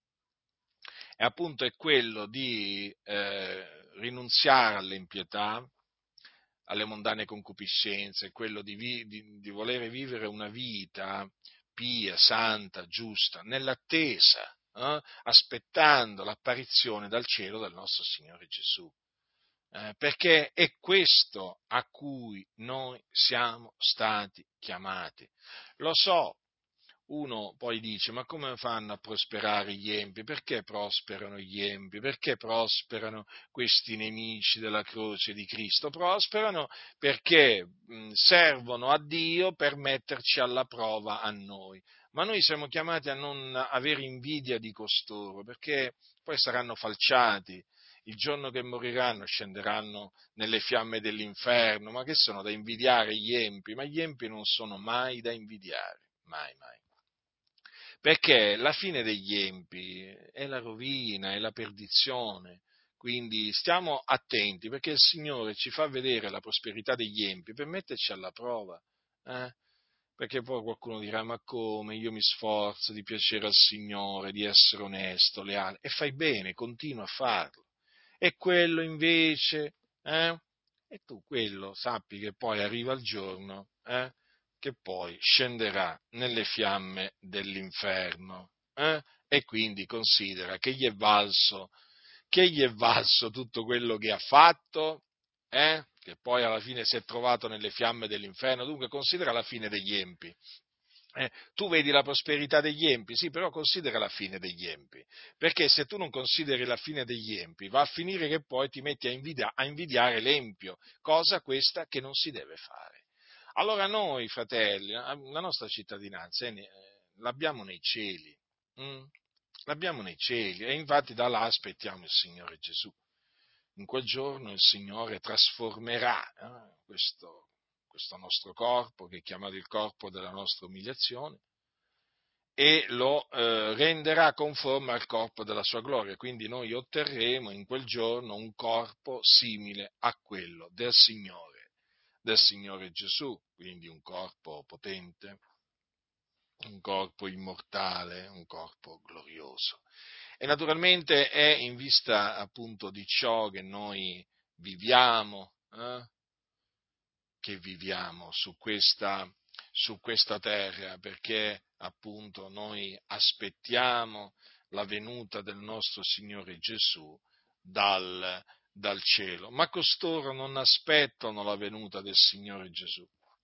E appunto è quello di eh, rinunziare all'impietà, alle mondane concupiscenze, quello di, vi, di, di volere vivere una vita pia, santa, giusta, nell'attesa, eh, aspettando l'apparizione dal cielo del nostro Signore Gesù. Eh, perché è questo a cui noi siamo stati chiamati. Lo so, uno poi dice, ma come fanno a prosperare gli empi? Perché prosperano gli empi? Perché prosperano questi nemici della croce di Cristo? Prosperano perché mh, servono a Dio per metterci alla prova a noi. Ma noi siamo chiamati a non avere invidia di costoro, perché poi saranno falciati. Il giorno che moriranno scenderanno nelle fiamme dell'inferno. Ma che sono da invidiare gli empi? Ma gli empi non sono mai da invidiare, mai, mai. Perché la fine degli empi è la rovina, è la perdizione. Quindi stiamo attenti, perché il Signore ci fa vedere la prosperità degli empi per metterci alla prova. Eh? Perché poi qualcuno dirà, ma come? Io mi sforzo di piacere al Signore, di essere onesto, leale. E fai bene, continua a farlo. E quello invece, eh? E tu quello sappi che poi arriva il giorno, eh? Che poi scenderà nelle fiamme dell'inferno. Eh? E quindi considera che gli è valso, che gli è valso tutto quello che ha fatto, eh? Che poi alla fine si è trovato nelle fiamme dell'inferno. Dunque considera la fine degli empi. Eh, tu vedi la prosperità degli empi, sì, però considera la fine degli empi, perché se tu non consideri la fine degli empi, va a finire che poi ti metti a, invidia- a invidiare l'empio, cosa questa che non si deve fare. Allora noi, fratelli, la la nostra cittadinanza è ne- l'abbiamo nei cieli, mm? L'abbiamo nei cieli e infatti da là aspettiamo il Signore Gesù. In quel giorno il Signore trasformerà eh, questo, questo nostro corpo, che è chiamato il corpo della nostra umiliazione, e lo eh, renderà conforme al corpo della sua gloria. Quindi noi otterremo in quel giorno un corpo simile a quello del Signore, del Signore Gesù, quindi un corpo potente, un corpo immortale, un corpo glorioso. E naturalmente è in vista appunto di ciò che noi viviamo, eh, che viviamo su questa, su questa terra, perché appunto noi aspettiamo la venuta del nostro Signore Gesù dal, dal cielo, ma costoro non aspettano la venuta del Signore Gesù.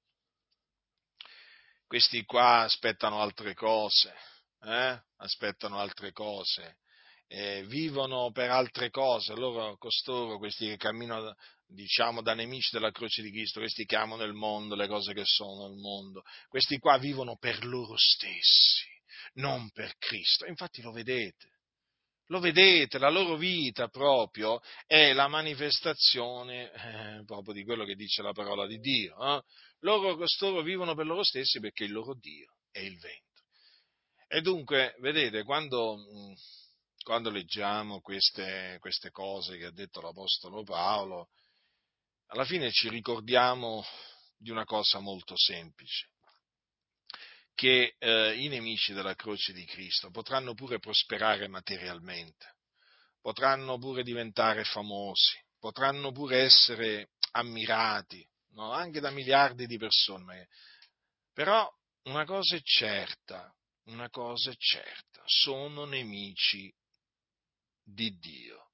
Questi qua aspettano altre cose, eh? aspettano altre cose, eh, vivono per altre cose, loro, costoro, questi che camminano, diciamo, da nemici della croce di Cristo, questi che amano il mondo, le cose che sono il mondo, questi qua vivono per loro stessi, non per Cristo. Infatti lo vedete. Lo vedete, la loro vita proprio è la manifestazione eh, proprio di quello che dice la parola di Dio. Eh? Loro costoro vivono per loro stessi perché il loro Dio è il vento. E dunque, vedete, quando, mh, quando leggiamo queste, queste cose che ha detto l'Apostolo Paolo, alla fine ci ricordiamo di una cosa molto semplice, che eh, i nemici della croce di Cristo potranno pure prosperare materialmente, potranno pure diventare famosi, potranno pure essere ammirati, no? Anche da miliardi di persone, però una cosa è certa, una cosa è certa, sono nemici di Dio.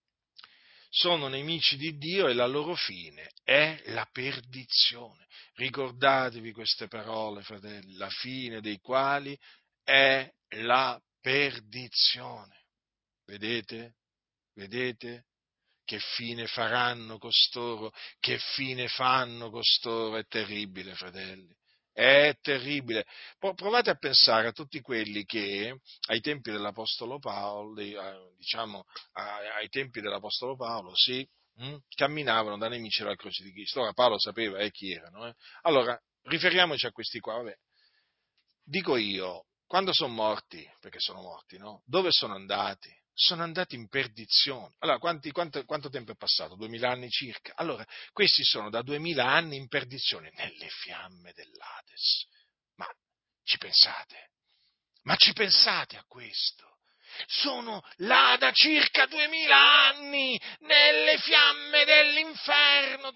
Sono nemici di Dio e la loro fine è la perdizione. Ricordatevi queste parole, fratelli, la fine dei quali è la perdizione. Vedete? Vedete? Che fine faranno costoro? Che fine fanno costoro? È terribile, fratelli. È terribile. Provate a pensare a tutti quelli che ai tempi dell'Apostolo Paolo, diciamo ai tempi dell'Apostolo Paolo, sì, mh, camminavano da nemici della croce di Cristo. Ora Paolo sapeva eh, chi erano. Eh. Allora, riferiamoci a questi qua. Vabbè. Dico io, quando sono morti, perché sono morti, no? Dove sono andati? Sono andati in perdizione. Allora, quanti, quanto, quanto tempo è passato? Duemila anni circa. Allora, questi sono da duemila anni in perdizione, nelle fiamme dell'Ades. Ma ci pensate? Ma ci pensate a questo? Sono là da circa duemila anni, nelle fiamme dell'inferno,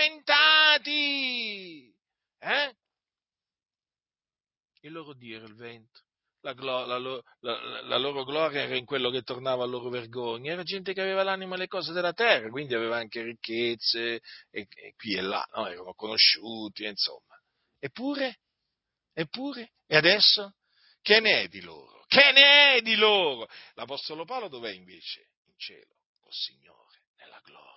tormentati. Eh? Il loro Dio era il vento. La, glo- la lo- la- la loro gloria era in quello che tornava a loro vergogna. Era gente che aveva l'anima alle cose della terra, quindi aveva anche ricchezze e, e qui e là, no? Erano conosciuti, insomma. Eppure, eppure, e adesso? Che ne è di loro? Che ne è di loro? L'Apostolo Paolo dov'è invece? In cielo, col Signore, nella gloria.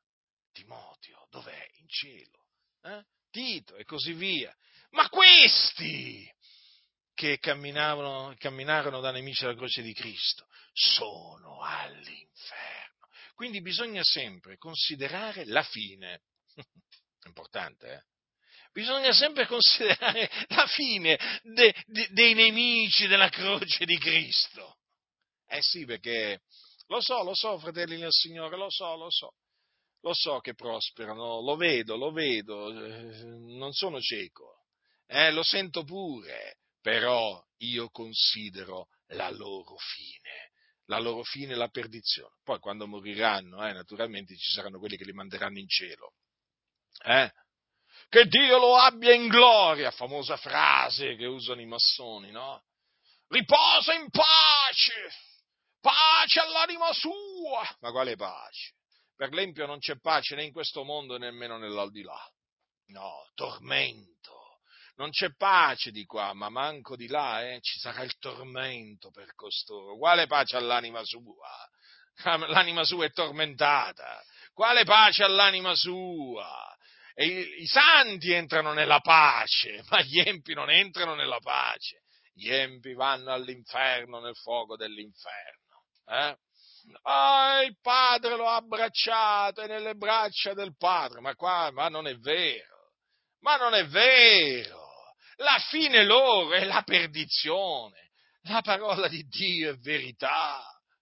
Timoteo, dov'è? In cielo. Eh? Tito e così via. Ma questi che camminavano, camminarono da nemici della croce di Cristo sono all'inferno. Quindi bisogna sempre considerare la fine. Importante, eh? Bisogna sempre considerare la fine de, de, dei nemici della croce di Cristo. Eh sì, perché lo so, lo so, fratelli nel Signore, lo so, lo so. Lo so che prosperano, lo vedo, lo vedo, eh, non sono cieco, eh, lo sento pure, però io considero la loro fine, la loro fine è la perdizione. Poi quando moriranno, eh, naturalmente ci saranno quelli che li manderanno in cielo. Eh? Che Dio lo abbia in gloria, famosa frase che usano i massoni, no? Riposa in pace, pace all'anima sua. Ma quale pace? Per l'empio non c'è pace né in questo mondo né nemmeno nell'aldilà. No, tormento. Non c'è pace di qua, ma manco di là, eh, ci sarà il tormento per costoro. Quale pace all'anima sua? L'anima sua è tormentata. Quale pace all'anima sua? E i, i santi entrano nella pace, ma gli empi non entrano nella pace. Gli empi vanno all'inferno, nel fuoco dell'inferno. Eh? Ah, il padre lo ha abbracciato, è nelle braccia del padre, ma qua, ma non è vero, ma non è vero, la fine loro è la perdizione, la parola di Dio è verità,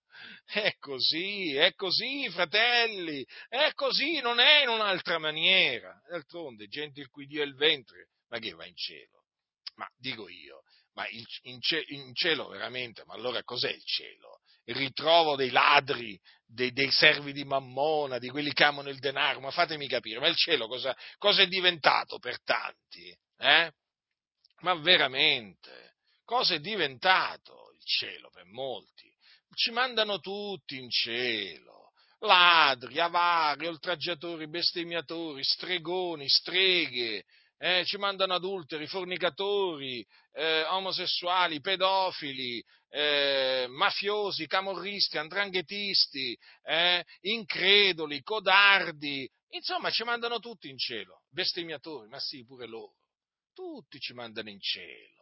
è così, è così, fratelli, è così, non è in un'altra maniera, d'altronde, gente il cui Dio è il ventre, ma che va in cielo? Ma dico io, ma il, in, in cielo veramente, ma allora cos'è il cielo? Il ritrovo dei ladri, dei, dei servi di Mammona, di quelli che amano il denaro, ma fatemi capire, ma il cielo cosa, cosa è diventato per tanti? Eh? Ma veramente, cosa è diventato il cielo per molti? Ci mandano tutti in cielo, ladri, avari, oltraggiatori, bestemmiatori, stregoni, streghe, eh, ci mandano adulteri, fornicatori, eh, omosessuali, pedofili, eh, mafiosi, camorristi, andranghetisti, eh, increduli, codardi, insomma ci mandano tutti in cielo, bestemmiatori, ma sì, pure loro, tutti ci mandano in cielo.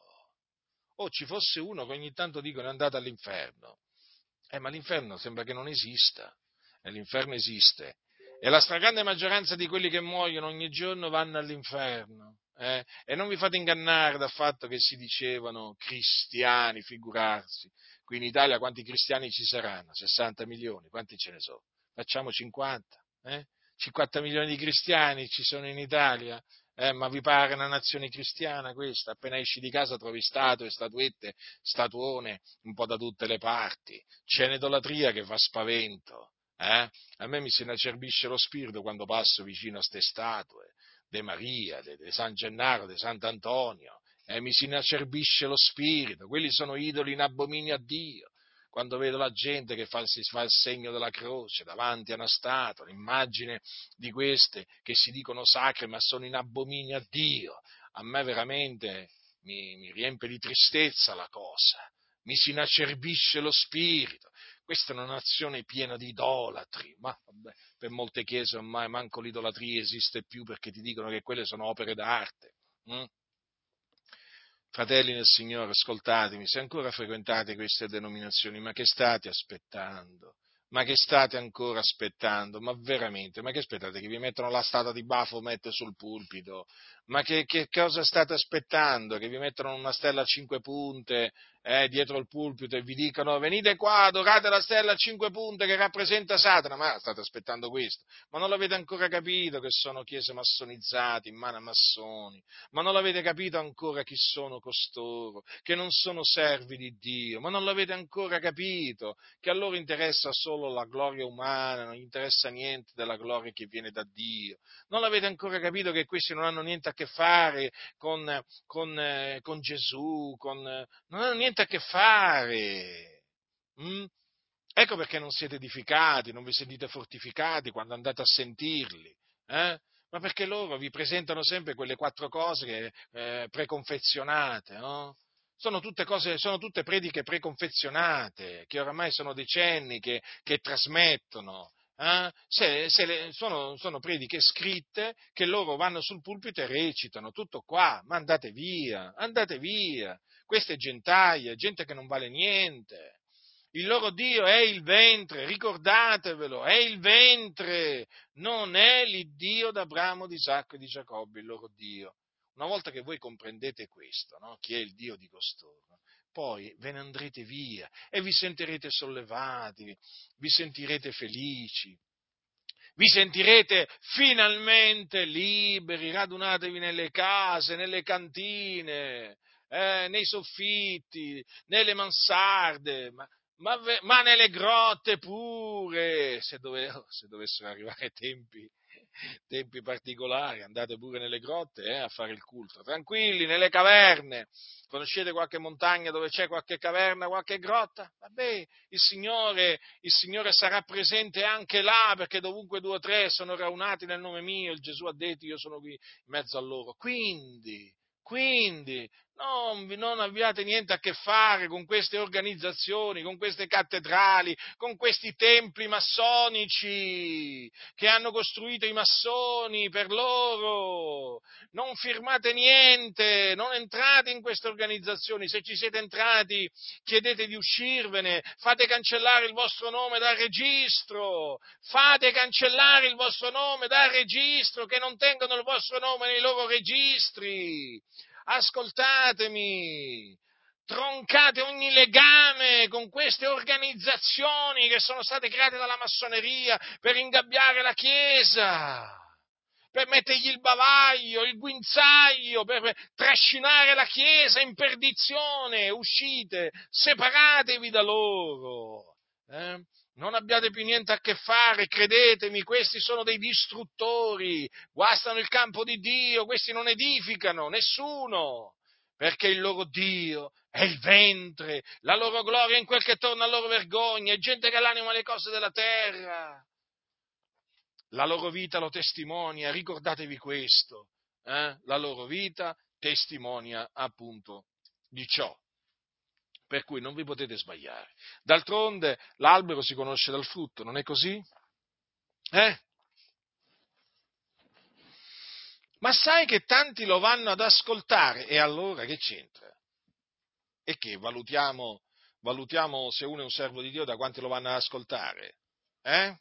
O ci fosse uno che ogni tanto dicono è andato all'inferno, eh, ma l'inferno sembra che non esista, e l'inferno esiste. E la stragrande maggioranza di quelli che muoiono ogni giorno vanno all'inferno. Eh? E non vi fate ingannare dal fatto che si dicevano cristiani, figurarsi. Qui in Italia quanti cristiani ci saranno? sessanta milioni, quanti ce ne sono? Facciamo cinquanta. Eh? cinquanta milioni di cristiani ci sono in Italia. Eh, ma vi pare una nazione cristiana questa? Appena esci di casa trovi statue, statuette, statuone un po' da tutte le parti. C'è un'idolatria che fa spavento. Eh? A me mi si inacerbisce lo spirito quando passo vicino a ste statue, de Maria, de, de San Gennaro, de Sant'Antonio, eh, mi si inacerbisce lo spirito, quelli sono idoli in abominio a Dio. Quando vedo la gente che fa, si fa il segno della croce davanti a una statua, l'immagine di queste che si dicono sacre ma sono in abominio a Dio, a me veramente mi, mi riempie di tristezza la cosa, mi si inacerbisce lo spirito. Questa è una nazione piena di idolatri, ma vabbè, per molte chiese ormai manco l'idolatria esiste più perché ti dicono che quelle sono opere d'arte. Hm? Fratelli nel Signore, ascoltatemi, se ancora frequentate queste denominazioni, ma che state aspettando? Ma che state ancora aspettando? Ma veramente, ma che aspettate? Che vi mettono la statua di Baphomet sul pulpito? Ma che, che cosa state aspettando? Che vi mettono una stella a cinque punte eh, dietro il pulpito e vi dicono venite qua, adorate la stella a cinque punte che rappresenta Satana? Ma state aspettando questo? Ma non l'avete ancora capito che sono chiese massonizzate in mano a massoni? Ma non l'avete capito ancora chi sono costoro? Che non sono servi di Dio? Ma non l'avete ancora capito? Che a loro interessa solo la gloria umana, non gli interessa niente della gloria che viene da Dio. Non l'avete ancora capito che questi non hanno niente a che fare con, con, eh, con Gesù, con, eh, non hanno niente a che fare. Mm? Ecco perché non siete edificati, non vi sentite fortificati quando andate a sentirli. Eh? Ma perché loro vi presentano sempre quelle quattro cose che, eh, preconfezionate, no? Sono tutte cose, sono tutte prediche preconfezionate, che oramai sono decenni che, che trasmettono. Eh? Se, se le, sono, sono prediche scritte che loro vanno sul pulpito e recitano, tutto qua, ma andate via, andate via. Questa è gentaglia, gente che non vale niente. Il loro Dio è il ventre, ricordatevelo, è il ventre, non è l'Iddio d'Abramo, di Isacco e di Giacobbe, il loro Dio. Una volta che voi comprendete questo, no? Chi è il Dio di costoro, poi ve ne andrete via e vi sentirete sollevati, vi sentirete felici, vi sentirete finalmente liberi, radunatevi nelle case, nelle cantine, eh, nei soffitti, nelle mansarde, ma, ma, ma nelle grotte pure, se, dove, se dovessero arrivare tempi, tempi particolari, andate pure nelle grotte eh, a fare il culto, tranquilli, nelle caverne. Conoscete qualche montagna dove c'è qualche caverna, qualche grotta? Vabbè, il Signore, il Signore sarà presente anche là, perché dovunque due o tre sono raunati nel nome mio, il Gesù ha detto io sono qui in mezzo a loro. Quindi, quindi, non, non abbiate niente a che fare con queste organizzazioni, con queste cattedrali, con questi templi massonici che hanno costruito i massoni per loro. Non firmate niente, non entrate in queste organizzazioni, se ci siete entrati chiedete di uscirvene, fate cancellare il vostro nome dal registro, fate cancellare il vostro nome dal registro, che non tengono il vostro nome nei loro registri. Ascoltatemi, troncate ogni legame con queste organizzazioni che sono state create dalla massoneria per ingabbiare la Chiesa, per mettergli il bavaglio, il guinzaglio, per trascinare la Chiesa in perdizione. Uscite, separatevi da loro. Eh? Non abbiate più niente a che fare, credetemi, questi sono dei distruttori, guastano il campo di Dio, questi non edificano nessuno, perché il loro Dio è il ventre, la loro gloria è in quel che torna a loro vergogna, è gente che ha l'anima alle cose della terra. La loro vita lo testimonia, ricordatevi questo, eh? La loro vita testimonia appunto di ciò. Per cui non vi potete sbagliare. D'altronde l'albero si conosce dal frutto, non è così? Eh? Ma sai che tanti lo vanno ad ascoltare, e allora che c'entra? E che valutiamo, valutiamo se uno è un servo di Dio da quanti lo vanno ad ascoltare? Eh?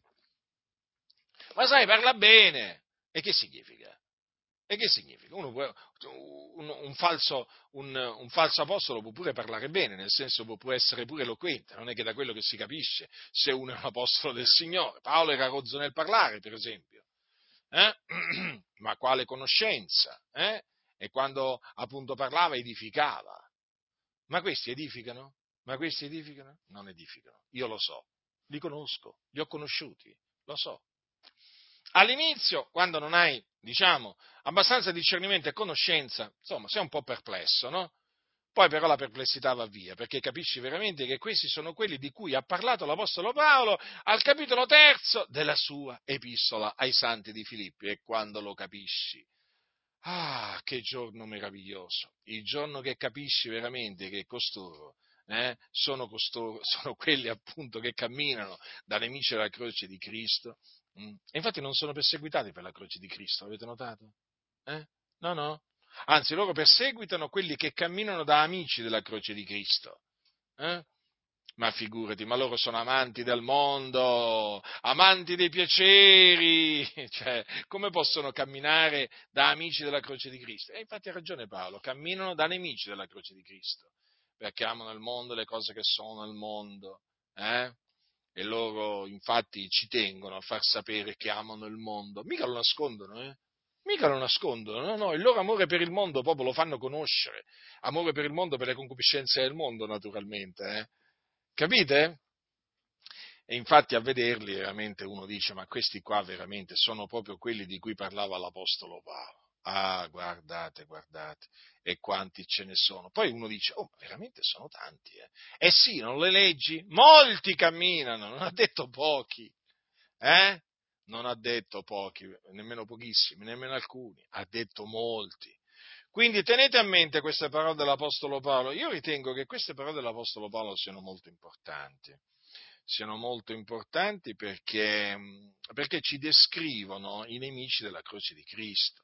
Ma sai, parla bene. E che significa? E che significa? Uno può, un, un, falso, un, un falso apostolo può pure parlare bene, nel senso può, può essere pure eloquente, non è che da quello che si capisce se uno è un apostolo del Signore. Paolo era rozzo nel parlare, per esempio. Eh? Ma quale conoscenza? Eh? E quando appunto parlava edificava. Ma questi edificano? Ma questi edificano? Non edificano. Io lo so, li conosco, li ho conosciuti, lo so. All'inizio, quando non hai, diciamo, abbastanza discernimento e conoscenza, insomma, sei un po' perplesso, no? Poi però la perplessità va via, perché capisci veramente che questi sono quelli di cui ha parlato l'Apostolo Paolo al capitolo terzo della sua epistola ai santi di Filippi. E quando lo capisci, ah, che giorno meraviglioso! Il giorno che capisci veramente che costoro eh, sono, costoro, sono quelli appunto che camminano da nemici della croce di Cristo. Mm. E infatti non sono perseguitati per la croce di Cristo, avete notato? Eh? No, no. Anzi, loro perseguitano quelli che camminano da amici della croce di Cristo. Eh? Ma figurati, ma loro sono amanti del mondo, amanti dei piaceri, cioè, come possono camminare da amici della croce di Cristo? E infatti ha ragione Paolo, camminano da nemici della croce di Cristo, perché amano il mondo, le cose che sono nel mondo, eh? E loro infatti ci tengono a far sapere che amano il mondo, mica lo nascondono, eh? Mica lo nascondono, no, no, il loro amore per il mondo proprio lo fanno conoscere, amore per il mondo, per le concupiscenze del mondo naturalmente, eh? Capite? E infatti a vederli veramente uno dice, ma questi qua veramente sono proprio quelli di cui parlava l'Apostolo Paolo. Ah, guardate, guardate, e quanti ce ne sono. Poi uno dice, oh, ma veramente sono tanti, eh? Eh sì, non le leggi? Molti camminano, non ha detto pochi, eh? Non ha detto pochi, nemmeno pochissimi, nemmeno alcuni, ha detto molti. Quindi tenete a mente queste parole dell'Apostolo Paolo. Io ritengo che queste parole dell'Apostolo Paolo siano molto importanti, siano molto importanti perché, perché ci descrivono i nemici della croce di Cristo.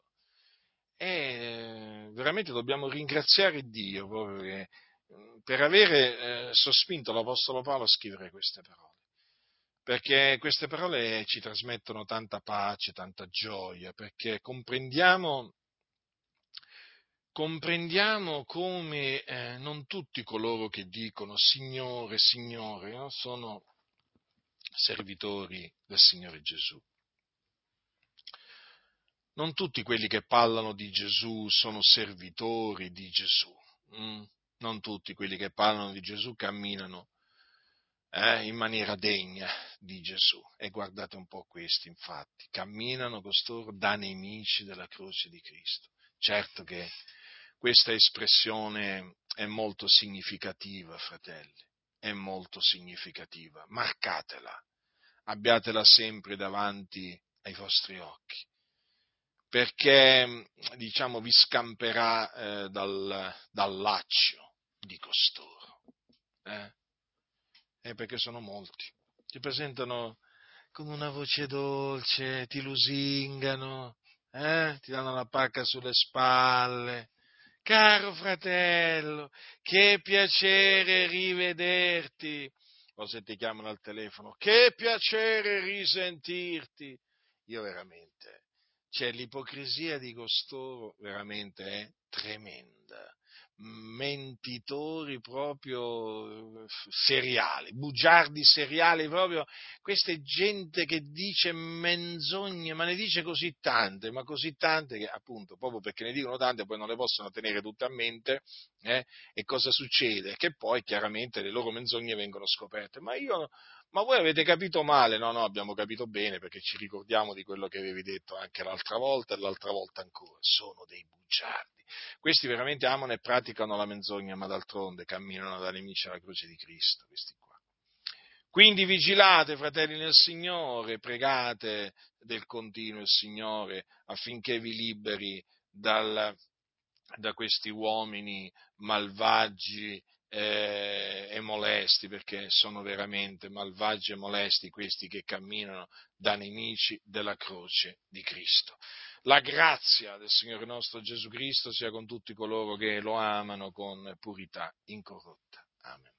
E veramente dobbiamo ringraziare Dio proprio che, per avere eh, sospinto l'Apostolo Paolo a scrivere queste parole, perché queste parole ci trasmettono tanta pace, tanta gioia, perché comprendiamo, comprendiamo come eh, non tutti coloro che dicono Signore, Signore, no, sono servitori del Signore Gesù. Non tutti quelli che parlano di Gesù sono servitori di Gesù. Mm? Non tutti quelli che parlano di Gesù camminano eh, in maniera degna di Gesù. E guardate un po' questi, infatti, camminano costoro da nemici della croce di Cristo. Certo che questa espressione è molto significativa, fratelli, è molto significativa. Marcatela, abbiatela sempre davanti ai vostri occhi, perché, diciamo, vi scamperà eh, dal, dal laccio di costoro. Eh? Eh, perché sono molti. Ti presentano con una voce dolce, ti lusingano, eh? Ti danno la pacca sulle spalle. Caro fratello, che piacere rivederti. O se ti chiamano al telefono, che piacere risentirti. Io veramente, cioè l'ipocrisia di costoro veramente è tremenda. Mentitori proprio eh, seriali, bugiardi seriali proprio. Questa è gente che dice menzogne, ma ne dice così tante, ma così tante che appunto, proprio perché ne dicono tante, poi non le possono tenere tutte a mente, eh? E cosa succede? Che poi chiaramente le loro menzogne vengono scoperte. Ma io, ma voi avete capito male? No, no, abbiamo capito bene perché ci ricordiamo di quello che avevi detto anche l'altra volta e l'altra volta ancora. Sono dei bugiardi. Questi veramente amano e praticano la menzogna, ma d'altronde camminano da nemici alla croce di Cristo, questi qua. Quindi vigilate, fratelli nel Signore, pregate del continuo il Signore affinché vi liberi dal, da questi uomini malvagi eh, e molesti, perché sono veramente malvagi e molesti questi che camminano da nemici della croce di Cristo. La grazia del Signore nostro Gesù Cristo sia con tutti coloro che lo amano con purità incorrotta. Amen.